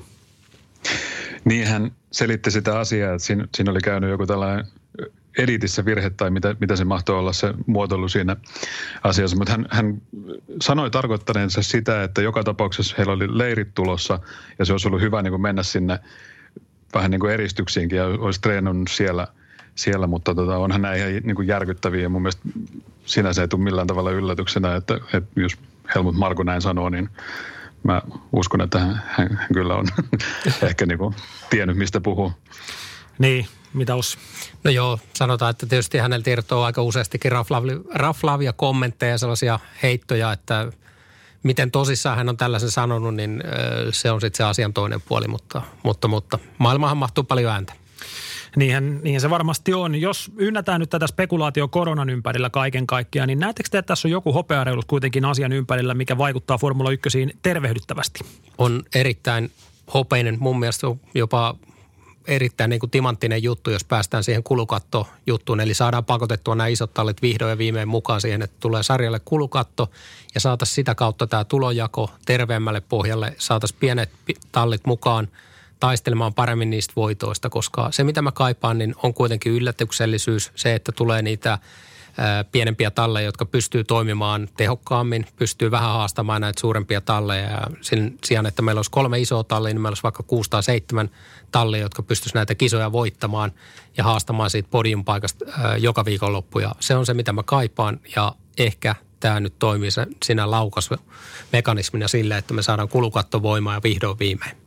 Niin hän selitti sitä asiaa, että siinä, siinä oli käynyt joku tällainen editissä virhe tai mitä, mitä se mahtoi olla se muotoilu siinä asiassa. Mutta hän, hän sanoi tarkoittaneensa sitä, että joka tapauksessa heillä oli leirit tulossa ja se olisi ollut hyvä niin kuin mennä sinne vähän niin kuin eristyksiinkin ja olisi treenannut siellä siellä, mutta tota, onhan nämä ihan niin kuin järkyttäviä ja mun mielestä sinänsä ei tule millään tavalla yllätyksenä, että, että jos Helmut Marko näin sanoo, niin mä uskon, että hän, hän kyllä on ehkä niin kuin tiennyt, mistä puhuu. Niin, mitä os? No joo, sanotaan, että tietysti häneltä irtoaa aika useastikin raflaavia kommentteja ja sellaisia heittoja, että miten tosissaan hän on tällaisen sanonut, niin se on sitten se asian toinen puoli, mutta, mutta, mutta maailmahan mahtuu paljon ääntä. Niinhän, niinhän se varmasti on. Jos ynnätään nyt tätä spekulaatio koronan ympärillä kaiken kaikkiaan, niin näettekö te, että tässä on joku hopeareilus kuitenkin asian ympärillä, mikä vaikuttaa Formula ykkösiin tervehdyttävästi? On erittäin hopeinen, mun mielestä on jopa erittäin niin kuin timanttinen juttu, jos päästään siihen kulukattojuttuun. Eli saadaan pakotettua nämä isot tallit vihdoin ja viimein mukaan siihen, että tulee sarjalle kulukatto ja saataisiin sitä kautta tämä tulonjako terveemmälle pohjalle. Saataisiin pienet tallit mukaan taistelemaan paremmin niistä voitoista, koska se mitä mä kaipaan, niin on kuitenkin yllätyksellisyys. Se, että tulee niitä ää, pienempiä talleja, jotka pystyy toimimaan tehokkaammin, pystyy vähän haastamaan näitä suurempia talleja. Ja sen sijaan, että meillä olisi kolme isoa tallia, niin meillä olisi vaikka kuusi tai seitsemän tallia, jotka pystyisi näitä kisoja voittamaan ja haastamaan siitä podiumpaikasta ää, joka viikonloppu. Ja se on se, mitä mä kaipaan ja ehkä tämä nyt toimii siinä laukaismekanismina sille, että me saadaan kulukattovoimaa ja vihdoin viimein.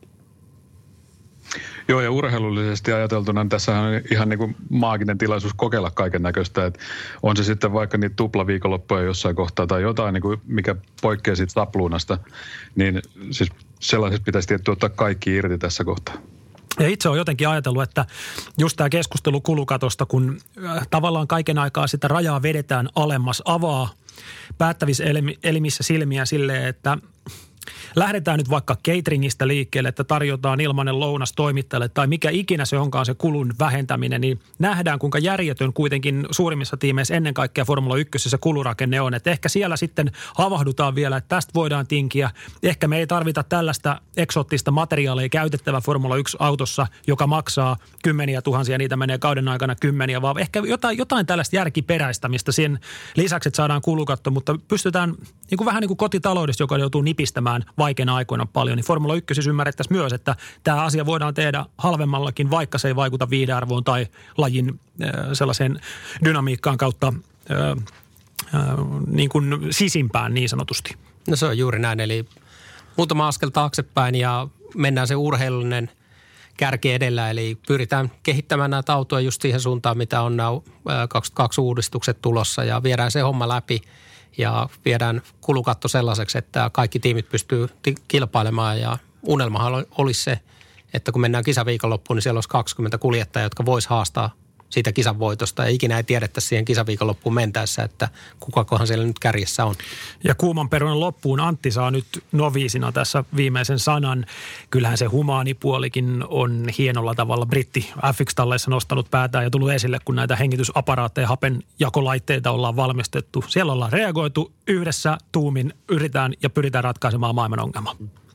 Joo, ja urheilullisesti ajateltuna niin tässä on ihan niin kuin maaginen tilaisuus kokeilla kaiken näköistä. Että on se sitten vaikka niitä tuplaviikonloppuja jossain kohtaa tai jotain, niin kuin mikä poikkeaa siitä sapluunasta, niin siis sellaiset pitäisi tietty ottaa kaikki irti tässä kohtaa. Ja itse olen jotenkin ajatellut, että just tämä keskustelu kulukatosta, kun tavallaan kaiken aikaa sitä rajaa vedetään alemmas, avaa päättävissä elimissä silmiä silleen, että lähdetään nyt vaikka cateringista liikkeelle, että tarjotaan ilmainen lounas toimittajalle tai mikä ikinä se onkaan se kulun vähentäminen, niin nähdään kuinka järjetön kuitenkin suurimmissa tiimeissä ennen kaikkea Formula ykkösessä kulurakenne on. Että ehkä siellä sitten havahdutaan vielä, että tästä voidaan tinkiä. Ehkä me ei tarvita tällaista eksoottista materiaalia käytettävä Formula yksi-autossa, joka maksaa kymmeniä tuhansia, niitä menee kauden aikana kymmeniä, vaan ehkä jotain, jotain tällaista järkiperäistämistä sen lisäksi, että saadaan kulukatto, mutta pystytään niin kuin vähän niin kuin kotitaloudessa, joka joutuu nipistämään vaikeina aikoina paljon, niin Formula ykkösessä ymmärrettäisiin myös, että tämä asia voidaan tehdä halvemmallakin, vaikka se ei vaikuta viihdearvoon tai lajin äh, sellaiseen dynamiikkaan kautta äh, äh, niin kuin sisimpään niin sanotusti. No se on juuri näin, eli muutama askel taaksepäin ja mennään se urheilullinen kärki edellä, eli pyritään kehittämään näitä autoja just siihen suuntaan, mitä on nämä kaksikymmentäkaksi uudistukset tulossa ja viedään se homma läpi. Ja viedään kulukatto sellaiseksi, että kaikki tiimit pystyy kilpailemaan ja unelmahan olisi se, että kun mennään kisaviikonloppuun, niin siellä olisi kaksikymmentä kuljettajaa, jotka vois haastaa siitä kisan voitosta. Ja ikinä ei tiedettäisi siihen kisaviikonloppuun mentäessä, että kukakohan siellä nyt kärjessä on. Ja kuuman perunan loppuun Antti saa nyt noviisina tässä viimeisen sanan. Kyllähän se humaanipuolikin on hienolla tavalla britti F yksi-talleissa nostanut päätään ja tullut esille, kun näitä hengitysaparaatteja, hapenjakolaitteita ollaan valmistettu. Siellä ollaan reagoitu yhdessä tuumin, yritetään ja pyritään ratkaisemaan maailman ongelma.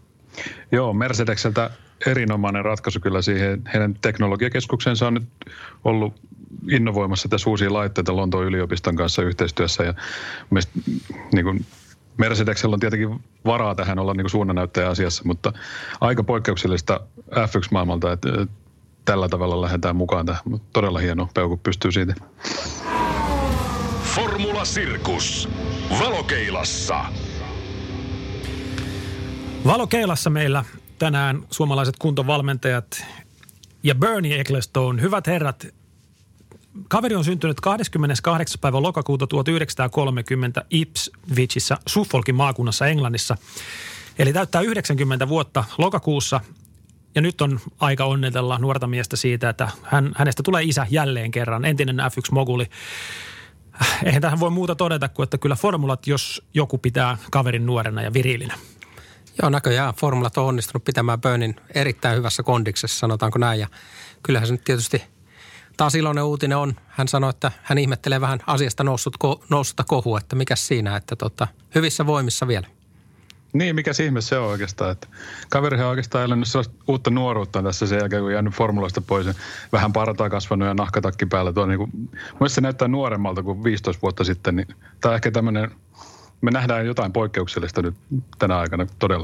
Joo, Mercedekseltä erinomainen ratkaisu kyllä siihen. Heidän teknologiakeskuksensa on nyt ollut innovoimassa tässä uusia laitteita Lontoon yliopiston kanssa yhteistyössä. Ja mielestäni niin kuin Mercedeksellä on tietenkin varaa tähän olla niin kuin suunnannäyttäjä asiassa, mutta aika poikkeuksellista F yksi-maailmalta, että tällä tavalla lähdetään mukaan tähän. Todella hieno peukku pystyy siitä. Formula Sirkus. Valokeilassa. Valokeilassa meillä tänään suomalaiset kuntovalmentajat ja Bernie Ecclestone. Hyvät herrat, kaveri on syntynyt kahdeskymmeneskahdeksas päivä lokakuuta tuhatyhdeksänsataakolmekymmentä Ipswichissä, Suffolkin maakunnassa Englannissa. Eli täyttää yhdeksänkymmentä vuotta lokakuussa. Ja nyt on aika onnitella nuorta miestä siitä, että hän, hänestä tulee isä jälleen kerran, entinen F yksi-moguli. Eihän tähän voi muuta todeta kuin, että kyllä formulat, jos joku pitää kaverin nuorena ja viriilinä. Joo, näköjään formulat on onnistunut pitämään Bernin erittäin hyvässä kondiksessa, sanotaanko näin. Ja kyllähän se nyt tietysti taas iloinen uutinen on. Hän sanoi, että hän ihmettelee vähän asiasta noussut, noussutta kohua, että mikäs siinä, että tota, hyvissä voimissa vielä. Niin, mikä ihme se on oikeastaan, että kaverihan on oikeastaan elänyt sellaista uutta nuoruutta tässä sen jälkeen, kun jäänyt formulasta pois. Vähän partaa kasvanut ja nahkatakki päällä. Tuo niin kuin, mielestäni se näyttää nuoremmalta kuin viisitoista vuotta sitten. Niin, tämä on ehkä tämmöinen, me nähdään jotain poikkeuksellista nyt tänä aikana todellakin.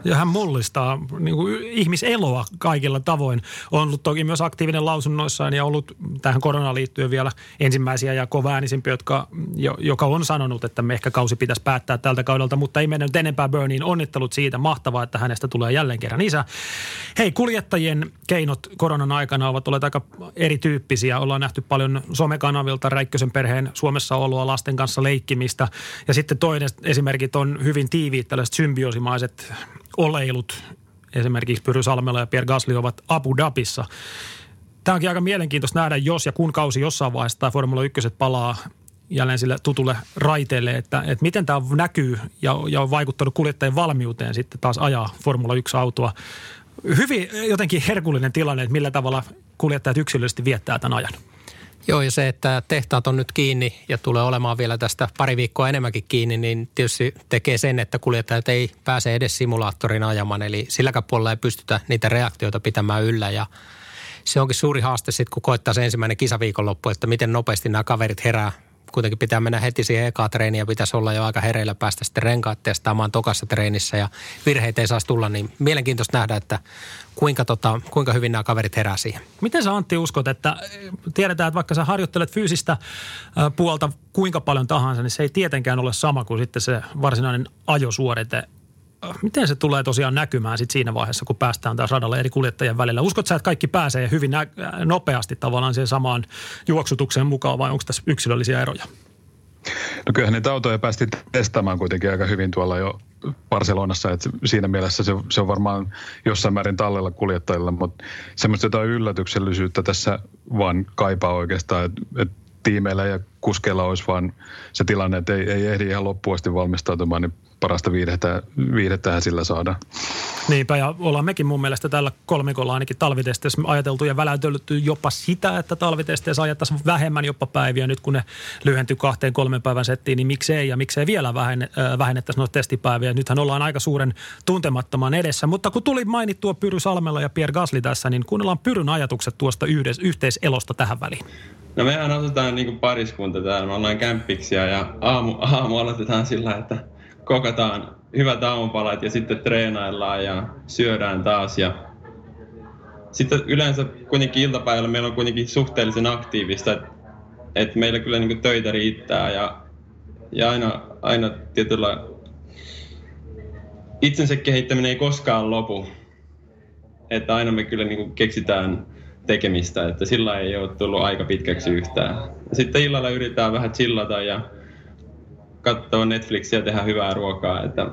Ja hän mullistaa niin kuin ihmiseloa kaikilla tavoin. On ollut toki myös aktiivinen lausunnoissaan ja ollut tähän koronaan liittyen vielä ensimmäisiä ja kovaäänisimpiä, jotka, joka on sanonut, että me ehkä kausi pitäisi päättää tältä kaudelta, mutta ei mennä nyt enempää Berniin. Onnittelut siitä. Mahtavaa, että hänestä tulee jälleen kerran isä. Hei, kuljettajien keinot koronan aikana ovat olleet aika erityyppisiä. Ollaan nähty paljon somekanavilta Räikkösen perheen Suomessa oloa, lasten kanssa leikkimistä. Ja sitten toinen esimerkit on hyvin tiiviit, tällaiset symbiosimaiset oleilut. Esimerkiksi Pyry Salmela ja Pierre Gasly ovat Abu Dhabissa. Tämä onkin aika mielenkiintoista nähdä, jos ja kun kausi jossain vaiheessa tai Formula yksi palaa jälleen sille tutulle raiteelle, että, että miten tämä näkyy ja, ja on vaikuttanut kuljettajien valmiuteen sitten taas ajaa Formula yksi-autoa. Hyvin jotenkin herkullinen tilanne, että millä tavalla kuljettajat yksilöllisesti viettää tämän ajan. Joo, ja se, että tehtaat on nyt kiinni ja tulee olemaan vielä tästä pari viikkoa enemmänkin kiinni, niin tietysti tekee sen, että kuljettajat ei pääse edes simulaattorin ajamaan. Eli silläkään puolella ei pystytä niitä reaktioita pitämään yllä. Ja se onkin suuri haaste sitten, kun koittaa se ensimmäinen kisaviikonloppu, että miten nopeasti nämä kaverit herää. Kuitenkin pitää mennä heti siihen ekaan treeniin ja pitäisi olla jo aika hereillä päästä sitten renkaat testaamaan tokassa treenissä ja virheitä ei saisi tulla. Niin mielenkiintoista nähdä, että kuinka, tota, kuinka hyvin nämä kaverit herää siihen. Miten sä Antti uskot, että tiedetään, että vaikka sä harjoittelet fyysistä puolta kuinka paljon tahansa, niin se ei tietenkään ole sama kuin sitten se varsinainen ajosuorite. Miten se tulee tosiaan näkymään sitten siinä vaiheessa, kun päästään taas radalle eri kuljettajien välillä? Uskot sä, että kaikki pääsee hyvin nä- nopeasti tavallaan siihen samaan juoksutukseen mukaan vai onko tässä yksilöllisiä eroja? No kyllähän niitä autoja päästiin testaamaan kuitenkin aika hyvin tuolla jo Barcelonassa, että siinä mielessä se, se on varmaan jossain määrin tallella kuljettajilla, mutta semmoista jotain yllätyksellisyyttä tässä vaan kaipaa oikeastaan, että, että tiimeillä ja kuskeilla olisi vaan se tilanne, että ei, ei ehdi ihan loppuun asti valmistautumaan, niin parasta viihdettä, viihdettähän sillä saadaan. Niinpä, ja ollaan mekin mun mielestä tällä kolmikolla ainakin talvitesteissä ajateltu ja väläytelty jopa sitä, että talvitesteissä ajettaisiin vähemmän jopa päiviä. Nyt kun ne lyhentyi kahteen kolmen päivän settiin, niin miksei ja miksei vielä vähenne, äh, vähennettäisiin noita testipäiviä. Nythän ollaan aika suuren tuntemattoman edessä. Mutta kun tuli mainittua Pyry Salmela ja Pierre Gasly tässä, niin kuunnellaan Pyryn ajatukset tuosta yhdes, yhteiselosta tähän väliin. No mehän asutaan niin kuin pariskunta täällä, me ollaan kämppiksiä ja aamu, aamu aloitetaan sillä, että kokataan hyvät aamupalat ja sitten treenaillaan ja syödään taas. Ja sitten yleensä kuitenkin iltapäivällä meillä on kuitenkin suhteellisen aktiivista, että, että meillä kyllä niin kuin töitä riittää ja, ja aina, aina tietyllä itsensä kehittäminen ei koskaan lopu. Että aina me kyllä niin kuin keksitään tekemistä, että sillä ei ole tullut aika pitkäksi yhtään. Ja sitten illalla yritetään vähän chillata ja katsoa Netflixiä ja tehdä hyvää ruokaa, että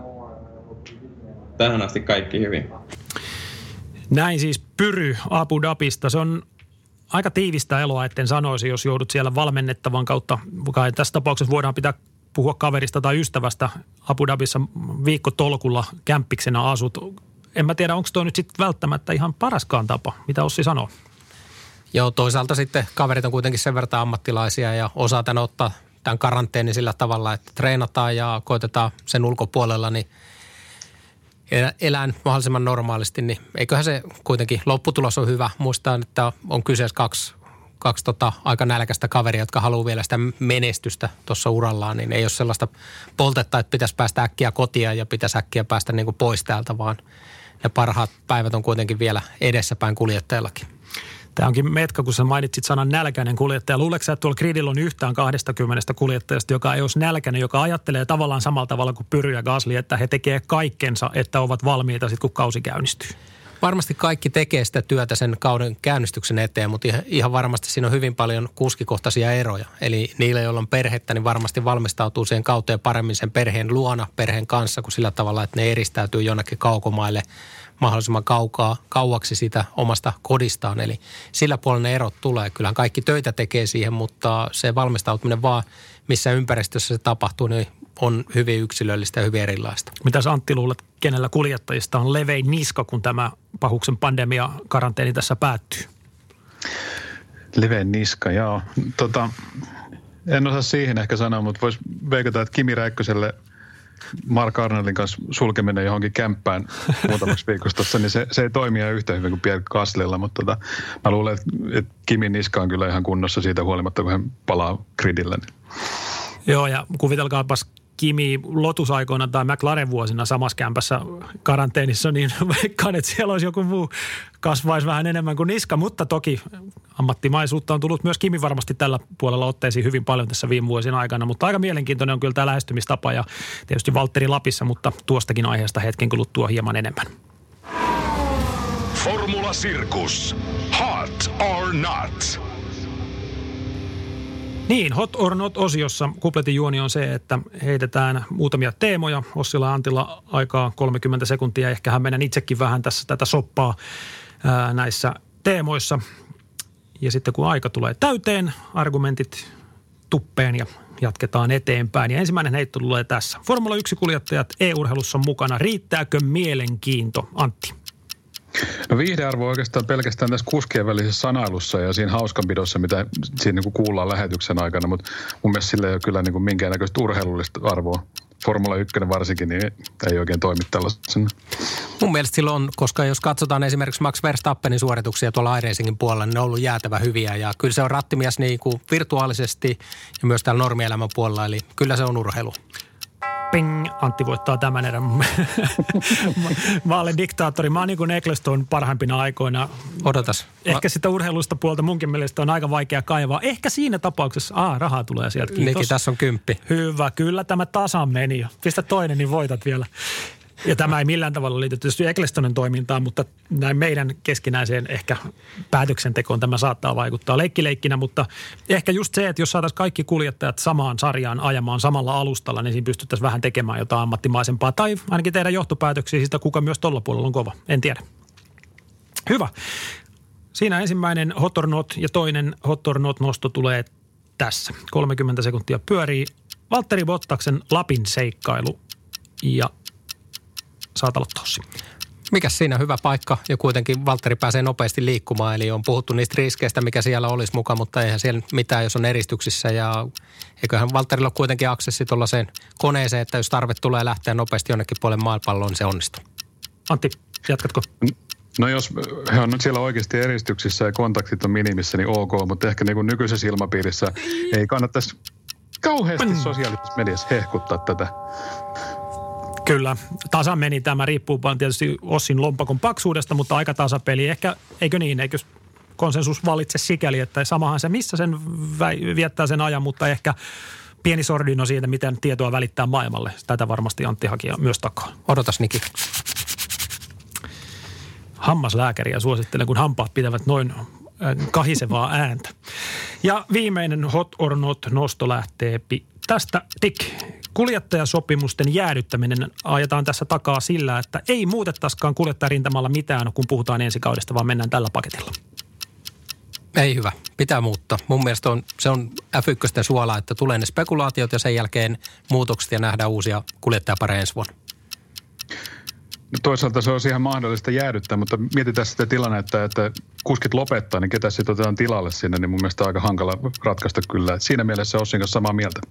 tähän asti kaikki hyvin. Näin siis Pyry Abu Dhabista. Se on aika tiivistä eloa, etten sanoisi, jos joudut siellä valmennettavan kautta. Tässä tapauksessa voidaan pitää puhua kaverista tai ystävästä. Abu Dhabissa viikkotolkulla kämppiksenä asut. En mä tiedä, onko tuo nyt sitten välttämättä ihan paraskaan tapa, mitä Ossi sanoo. Joo, toisaalta sitten kaverit on kuitenkin sen verran ammattilaisia ja osaa tämän ottaa tämän karanteenin sillä tavalla, että treenataan ja koitetaan sen ulkopuolella, niin elään mahdollisimman normaalisti, niin eiköhän se kuitenkin lopputulos on hyvä. Muistan, että on kyseessä kaksi, kaksi tota, aika nälkäistä kaveria, jotka haluaa vielä sitä menestystä tuossa urallaan, niin ei ole sellaista poltetta, että pitäisi päästä äkkiä kotia ja pitäisi äkkiä päästä niin kuin pois täältä, vaan ne parhaat päivät on kuitenkin vielä edessäpäin kuljettajallakin. Tämä onkin metka, kun sä mainitsit sanan nälkäinen kuljettaja. Luuletko sä, että tuolla gridillä on yhtään kaksikymmentä kuljettajasta, joka ei olisi nälkäinen, joka ajattelee tavallaan samalla tavalla kuin Pyry ja Gasly, että he tekee kaikkensa, että ovat valmiita sitten, kun kausi käynnistyy? Varmasti kaikki tekee sitä työtä sen kauden käynnistyksen eteen, mutta ihan varmasti siinä on hyvin paljon kuskikohtaisia eroja. Eli niille, joilla on perhettä, niin varmasti valmistautuu siihen kauteen paremmin sen perheen luona, perheen kanssa, kuin sillä tavalla, että ne eristäytyy jonnekin kaukomaille mahdollisimman kaukaa, kauaksi sitä omasta kodistaan. Eli sillä puolella ne erot tulee. Kyllähän kaikki töitä tekee siihen, mutta se valmistautuminen vaan, missä ympäristössä se tapahtuu, niin on hyvin yksilöllistä ja hyvin erilaista. Mitä sä Antti luulet, kenellä kuljettajista on levein niska, kun tämä pahuksen pandemia karanteeni tässä päättyy? Levein niska, joo. Tota, en osaa siihen ehkä sanoa, mutta voisi veikata, että Kimi Räikköselle Mark Arnoldin kanssa sulkeminen johonkin kämppään muutamaksi viikossa tuossa, niin se, se ei toimi yhtä hyvin kuin Pierre Gaslylla, mutta tota, mä luulen, että, että Kimin niska on kyllä ihan kunnossa siitä huolimatta, kun hän palaa gridillä. Niin. Joo, ja kuvitelkaapas Kimi Lotus-aikoina tai McLaren-vuosina samassa kämpässä karanteenissa, niin veikkaan, että siellä olisi joku muu kasvaisi vähän enemmän kuin niska, mutta toki ammattimaisuutta on tullut myös Kimi varmasti tällä puolella otteisiin hyvin paljon tässä viime vuosien aikana, mutta aika mielenkiintoinen on kyllä tämä lähestymistapa ja tietysti Valtteri Lapissa, mutta tuostakin aiheesta hetken kuluttua hieman enemmän. Formula Sirkus. Hot or not? Niin, Hot or Not-osiossa kupletin juoni on se, että heitetään muutamia teemoja. Ossilla ja Antilla aikaa kolmekymmentä sekuntia. Ehkähän menen itsekin vähän tässä tätä soppaa ää, näissä teemoissa. Ja sitten kun aika tulee täyteen, argumentit tuppeen ja jatketaan eteenpäin. Ja ensimmäinen heitto tulee tässä. Formula yksi-kuljettajat E-urheilussa mukana. Riittääkö mielenkiinto, Antti? No viihdearvo on oikeastaan pelkästään tässä kuskien välisessä sanailussa ja siinä hauskanpidossa, mitä siinä niin kuin kuullaan lähetyksen aikana, mutta mun mielestä sillä ei ole kyllä niin kuin minkäännäköistä urheilullista arvoa. Formula yksi varsinkin, niin ei oikein toimi tällaisena. Mun mielestä silloin on, koska jos katsotaan esimerkiksi Max Verstappenin suorituksia tuolla iRacingin puolella, niin ne on ollut jäätävä hyviä ja kyllä se on rattimies niin kuin virtuaalisesti ja myös täällä normielämän puolella, eli kyllä se on urheilu. Ping, Antti voittaa tämän erän. Mä olen diktaattori. Mä oon niin kuin Eccleston parhaimpina aikoina. Odotas. Ehkä mä... sitä urheilusta puolta munkin mielestä on aika vaikea kaivaa. Ehkä siinä tapauksessa, aa, rahaa tulee sieltä. Kiitos. Nekin, tässä on kymppi. Hyvä, kyllä tämä tasan meni. Pistä toinen, niin voitat vielä. Ja tämä ei millään tavalla liity tietysti Ecclestonin toimintaan, mutta näin meidän keskinäiseen ehkä päätöksentekoon tämä saattaa vaikuttaa leikkileikkinä, mutta ehkä just se, että jos saataisiin kaikki kuljettajat samaan sarjaan ajamaan samalla alustalla, niin siinä pystyttäisiin vähän tekemään jotain ammattimaisempaa tai ainakin tehdä johtopäätöksiä siitä, kuka myös tuolla puolella on kova. En tiedä. Hyvä. Siinä ensimmäinen Hot or Not ja toinen Hot or Not -nosto tulee tässä. kolmekymmentä sekuntia pyörii. Valtteri Bottaksen Lapin seikkailu ja saat aloittaa Ossi. Mikäs siinä hyvä paikka ja kuitenkin Valtteri pääsee nopeasti liikkumaan, eli on puhuttu niistä riskeistä, mikä siellä olisi mukaan, mutta eihän siellä mitään, jos on eristyksissä ja eiköhän Valtterilla ole kuitenkin aksessi tuollaiseen koneeseen, että jos tarve tulee lähteä nopeasti jonnekin puolelle maapalloon, niin se onnistuu. Antti, jatkatko? No jos he on nyt siellä oikeasti eristyksissä ja kontaktit on minimissä, niin ok, mutta ehkä niin kuin nykyisessä ilmapiirissä ei kannattaisi kauheasti sosiaalisessa mediassa hehkuttaa tätä. Kyllä, tasa meni tämä, riippuu tietysti Ossin lompakon paksuudesta, mutta aika tasapeli. Ehkä, eikö niin, eikö konsensus valitse sikäli, että samahan se missä sen viettää sen ajan, mutta ehkä pieni sordino siitä, miten tietoa välittää maailmalle. Tätä varmasti Antti haki myös takaa. Odotas Niki. Hammaslääkäriä suosittelen, kun hampaat pitävät noin kahisevaa ääntä. Ja viimeinen Hot or Not -nosto lähtee tästä. Tik. Kuljettajasopimusten jäädyttäminen ajetaan tässä takaa sillä, että ei muutettaisikaan kuljettajarintamalla mitään, kun puhutaan ensi kaudesta, vaan mennään tällä paketilla. Ei hyvä. Pitää muuttaa. Mun mielestä on, se on F yksi suola, että tulee ne spekulaatiot ja sen jälkeen muutokset ja nähdään uusia kuljettajapareja ensi vuonna. No toisaalta se on ihan mahdollista jäädyttää, mutta mietitään sitä tilannetta, että kuskit lopettaa, niin ketä sitten otetaan tilalle sinne, niin mun mielestä on aika hankala ratkaista kyllä. Et siinä mielessä Ossin kanssa samaa mieltä.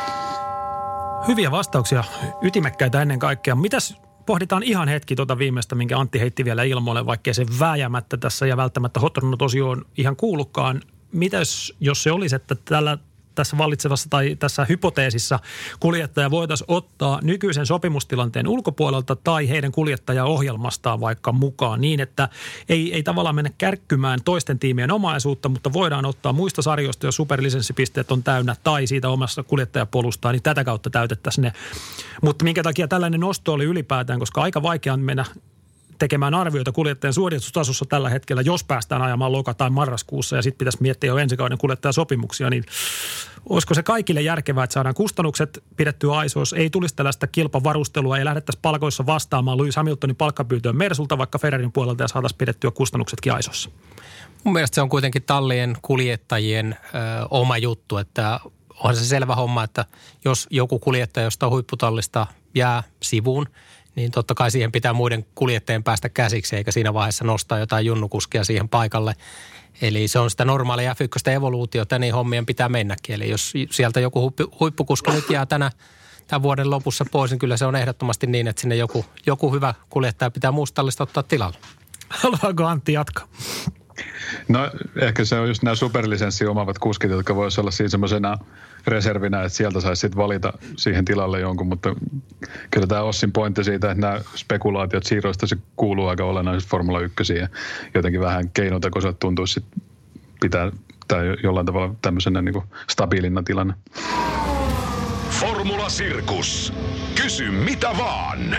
Hyviä vastauksia, ytimekkäitä ennen kaikkea. Mitäs pohditaan ihan hetki tuota viimeistä, minkä Antti heitti vielä ilmoille, vaikkei se vääjäämättä tässä ja välttämättä Hot or Not -osioon ihan kuulukaan. Mitäs jos se olisi, että tällä tässä vallitsevassa tai tässä hypoteesissa kuljettaja voitaisiin ottaa nykyisen sopimustilanteen ulkopuolelta tai heidän kuljettajaohjelmastaan vaikka mukaan niin, että ei, ei tavallaan mennä kärkkymään toisten tiimien omaisuutta, mutta voidaan ottaa muista sarjoista, jos superlisenssipisteet on täynnä tai siitä omassa kuljettajapolustaan, niin tätä kautta täytettäisiin ne. Mutta minkä takia tällainen nosto oli ylipäätään, koska aika vaikea on mennä tekemään arvioita kuljettajan suoritustasossa tällä hetkellä, jos päästään ajamaan loka- tai marraskuussa ja sitten pitäisi miettiä jo ensi kauden kuljettajasopimuksia, niin olisiko se kaikille järkevää, että saadaan kustannukset pidettyä aisoissa, ei tulisi tällaista kilpavarustelua, ei lähdettäisi palkoissa vastaamaan Lewis Hamiltonin palkkapyyntöön Mersulta vaikka Ferrarin puolelta ja saataisiin pidettyä kustannuksetkin aisoissa? Mun mielestä se on kuitenkin tallien kuljettajien ö, oma juttu, että on se selvä homma, että jos joku kuljettaja jostain huipputallista jää sivuun, niin totta kai siihen pitää muiden kuljettajien päästä käsiksi, eikä siinä vaiheessa nostaa jotain junnukuskia siihen paikalle. Eli se on sitä normaalia F yksi evoluutiota, niin hommien pitää mennäkin. Eli jos sieltä joku huippukuski nyt jää tänä, tämän vuoden lopussa pois, niin kyllä se on ehdottomasti niin, että sinne joku, joku hyvä kuljettaja pitää muustallista ottaa tilalle. Haluaako Antti jatkaa? No ehkä se on just nämä superlisenssi omaavat kuskit, jotka voisivat olla siinä semmoisena reservinä, että sieltä saisi sitten valita siihen tilalle jonkun, mutta kyllä tämä Ossin pointti siitä, että nämä spekulaatiot siirroista se kuuluu aika olennaisesti Formula yksi ja jotenkin vähän keinotekoiselta tuntuisi sitten pitää tämä jollain tavalla tämmöisenä niin kuin stabiilina tilanne. Formula Sirkus. Kysy mitä vaan.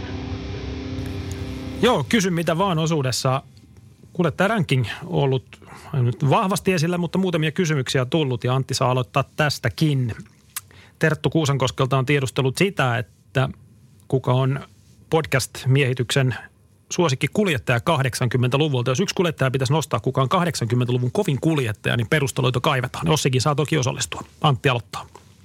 Joo, kysy mitä vaan osuudessa. Kuljettaja ranking on ollut nyt vahvasti esillä, mutta muutamia kysymyksiä on tullut ja Antti saa aloittaa tästäkin. Terttu Kuusankoskelta on tiedustellut sitä, että kuka on podcast-miehityksen suosikki kuljettaja kahdeksankymmentäluvulta. Jos yksi kuljettaja pitäisi nostaa, kuka on kahdeksankymmentäluvun kovin kuljettaja, niin perusteluita kaivetaan. Ossikin saa toki osallistua. Antti aloittaa.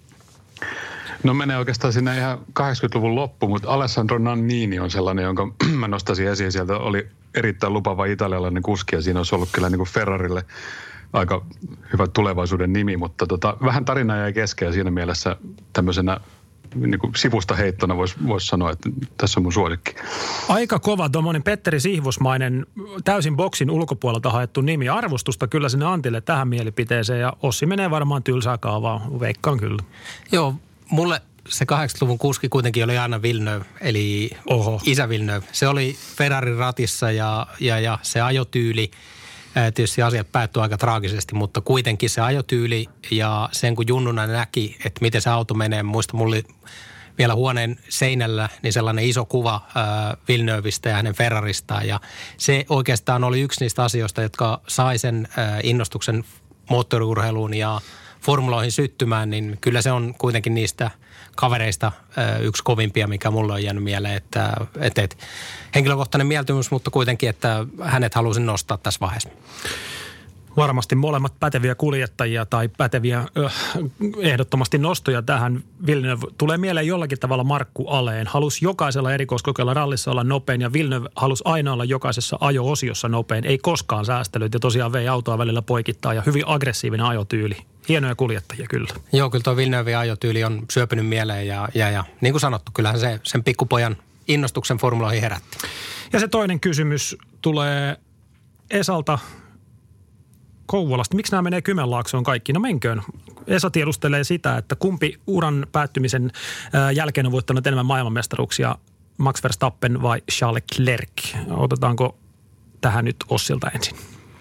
No menee oikeastaan sinne ihan kahdeksankymmentäluvun loppu, mutta Alessandro Nannini on sellainen, jonka mä nostaisin esiin. Sieltä oli erittäin lupaava italialainen kuski ja siinä olisi ollut kyllä niin kuin Ferrarille aika hyvä tulevaisuuden nimi, mutta tota, vähän tarinaa jäi kesken ja siinä mielessä tämmöisenä niin kuin sivusta heittona voisi vois sanoa, että tässä on mun suosikki. Aika kova tuommoinen Petteri Sihvosmainen, täysin boksin ulkopuolelta haettu nimi. Arvostusta kyllä sinne Antille tähän mielipiteeseen ja Ossi menee varmaan tylsää kaavaa, veikkaan kyllä. Joo, mulle se kahdeksankymmentäluvun kuski kuitenkin oli aina Villeneuve, eli Oho. isä Villeneuve. Se oli Ferrarin ratissa ja, ja, ja se ajotyyli, tietysti asiat päättyi aika traagisesti, mutta kuitenkin se ajotyyli ja sen kun junnuna näki, että miten se auto menee. Muista mulla oli vielä huoneen seinällä niin sellainen iso kuva äh, Villeneuveista ja hänen Ferraristaan ja se oikeastaan oli yksi niistä asioista, jotka sai sen äh, innostuksen moottoriurheiluun ja formuloihin syttymään, niin kyllä se on kuitenkin niistä kavereista yksi kovimpia, mikä mulle on jäänyt mieleen, että, että, että henkilökohtainen mieltymys, mutta kuitenkin, että hänet halusin nostaa tässä vaiheessa. Varmasti molemmat päteviä kuljettajia tai päteviä ö, ehdottomasti nostoja tähän. Villeneuve tulee mieleen jollakin tavalla Markku Aleen. Halusi jokaisella erikoiskokeilla rallissa olla nopein ja Villeneuve halusi aina olla jokaisessa ajo-osiossa nopein. Ei koskaan säästelyt ja tosiaan vei autoa välillä poikittaa ja hyvin aggressiivinen ajotyyli. Hienoja kuljettajia kyllä. Joo, kyllä tuo Villeneuve ajotyyli on syöpynyt mieleen ja, ja, ja niin kuin sanottu, kyllähän se sen pikkupojan innostuksen formuloihin herätti. Ja se toinen kysymys tulee Esalta Kouvolasta. Miksi nämä menee Kymenlaaksoon kaikki? No menköön. Esa tiedustelee sitä, että kumpi uran päättymisen jälkeen on voittanut enemmän maailmanmestaruuksia, Max Verstappen vai Charles Leclerc? Otetaanko tähän nyt Ossilta ensin?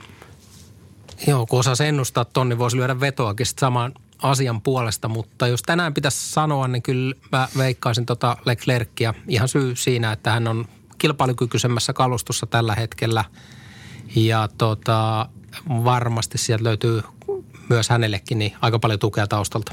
Joo, kun osaisi ennustaa ton, niin voisi lyödä vetoakin saman asian puolesta, mutta jos tänään pitäisi sanoa, niin kyllä mä veikkaisin tota Leclercia. Ihan syy siinä, että hän on kilpailukykyisemmässä kalustossa tällä hetkellä ja tota, varmasti sieltä löytyy myös hänellekin niin aika paljon tukea taustalta.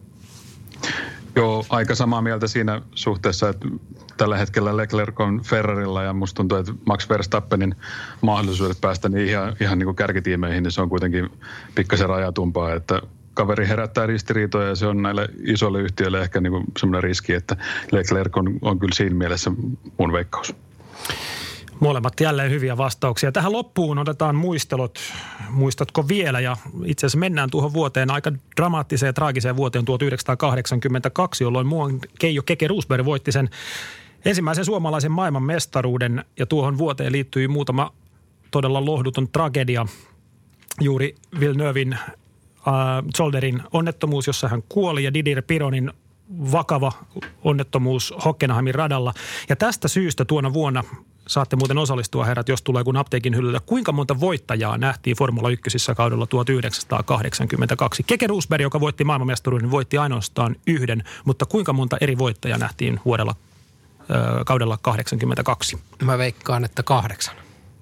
Joo, aika samaa mieltä siinä suhteessa, että tällä hetkellä Leclerc on Ferrarilla ja musta tuntuu, että Max Verstappenin mahdollisuudet päästä niin ihan, ihan niin kuin kärkitiimeihin, niin se on kuitenkin pikkasen rajatumpaa, että kaveri herättää ristiriitoja ja se on näille isoille yhtiöille ehkä niin kuin semmoinen riski, että Leclerc on, on kyllä siinä mielessä mun veikkaus. Molemmat jälleen hyviä vastauksia. Tähän loppuun otetaan muistelot. Muistatko vielä? Ja itse asiassa mennään tuohon vuoteen, aika dramaattiseen ja traagiseen vuoteen tuhatyhdeksänsataakahdeksankymmentäkaksi, jolloin muuan Keijo Keke Rosberg voitti sen ensimmäisen suomalaisen maailman mestaruuden. Ja tuohon vuoteen liittyi muutama todella lohduton tragedia. Juuri Villeneuvein äh, Zolderin onnettomuus, jossa hän kuoli, ja Didier Pironin vakava onnettomuus Hockenheimin radalla. Ja tästä syystä tuona vuonna saatte muuten osallistua, herrat, jos tulee kun apteekin hyllyllä. Kuinka monta voittajaa nähtiin Formula ykkösissä kaudella tuhatyhdeksänsataakahdeksankymmentäkaksi? Keke Rosberg, joka voitti maailmanmestaruuden, voitti ainoastaan yhden, mutta kuinka monta eri voittajaa nähtiin vuodella, ö, kaudella kahdeksankymmentäkaksi? Mä veikkaan, että kahdeksan.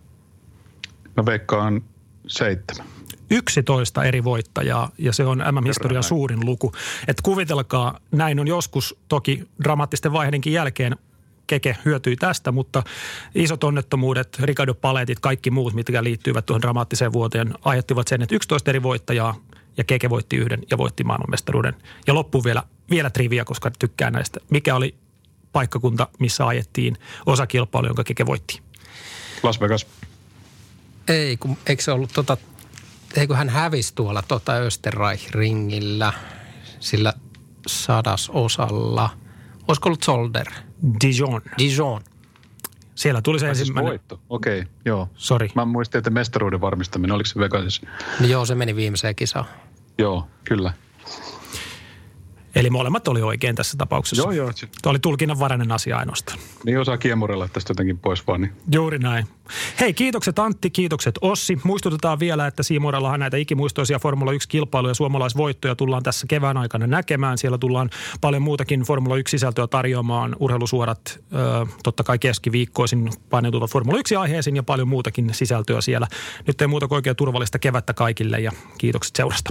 Mä veikkaan seitsemän. yksitoista eri voittajaa ja se on M M-historian suurin luku. Että kuvitelkaa, näin on joskus toki dramaattisten vaiheidenkin jälkeen Keke hyötyi tästä, mutta isot onnettomuudet, Ricardo Paletit, kaikki muut, mitkä liittyivät tuohon dramaattiseen vuoteen, aiheuttivat sen, että yksitoista eri voittajaa ja Keke voitti yhden ja voitti maailmanmestaruuden. Ja loppuun vielä, vielä trivia, koska tykkään näistä. Mikä oli paikkakunta, missä ajettiin osakilpailu, jonka Keke voitti? Las Vegas. Ei, kun eikö se ollut tota, eikö hän hävisi tuolla tota Österreich-ringillä sillä sadasosalla. Olisiko ollut Zolder? Dijon. Dijon. Siellä tuli se Ai ensimmäinen. Siis voitto, okei, okay, joo. Sori. Mä muistin, että mestaruuden varmistaminen, oliko se Vegasissa? Niin joo, se meni viimeiseen kisaan. Joo, kyllä. Eli molemmat oli oikein tässä tapauksessa. Joo, joo. Tuo oli tulkinnanvarainen asia ainoastaan. Niin osaa kiemurella tästä jotenkin pois vaan. Niin. Juuri näin. Hei, kiitokset Antti, kiitokset Ossi. Muistutetaan vielä, että C Morellahan näitä ikimuistoisia Formula yksi-kilpailuja, suomalaisvoittoja tullaan tässä kevään aikana näkemään. Siellä tullaan paljon muutakin Formula yksi-sisältöä tarjoamaan. Urheilusuorat, ö, totta kai keskiviikkoisin paneutuvat Formula yksi-aiheisiin ja paljon muutakin sisältöä siellä. Nyt ei muuta kuin oikein turvallista kevättä kaikille ja kiitokset seurasta.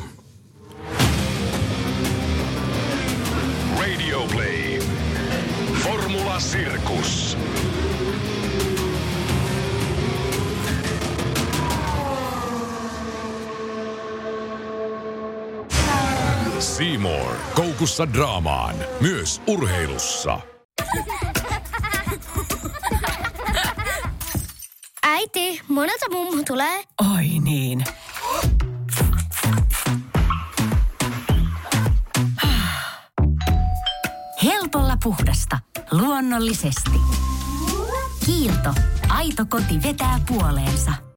Radio Play. Formula Sirkus. C More. Koukussa draamaan. Myös urheilussa. Äiti, monelta mummu tulee? Oi niin. Helpolla puhdasta. Luonnollisesti. Kiilto. Aito koti vetää puoleensa.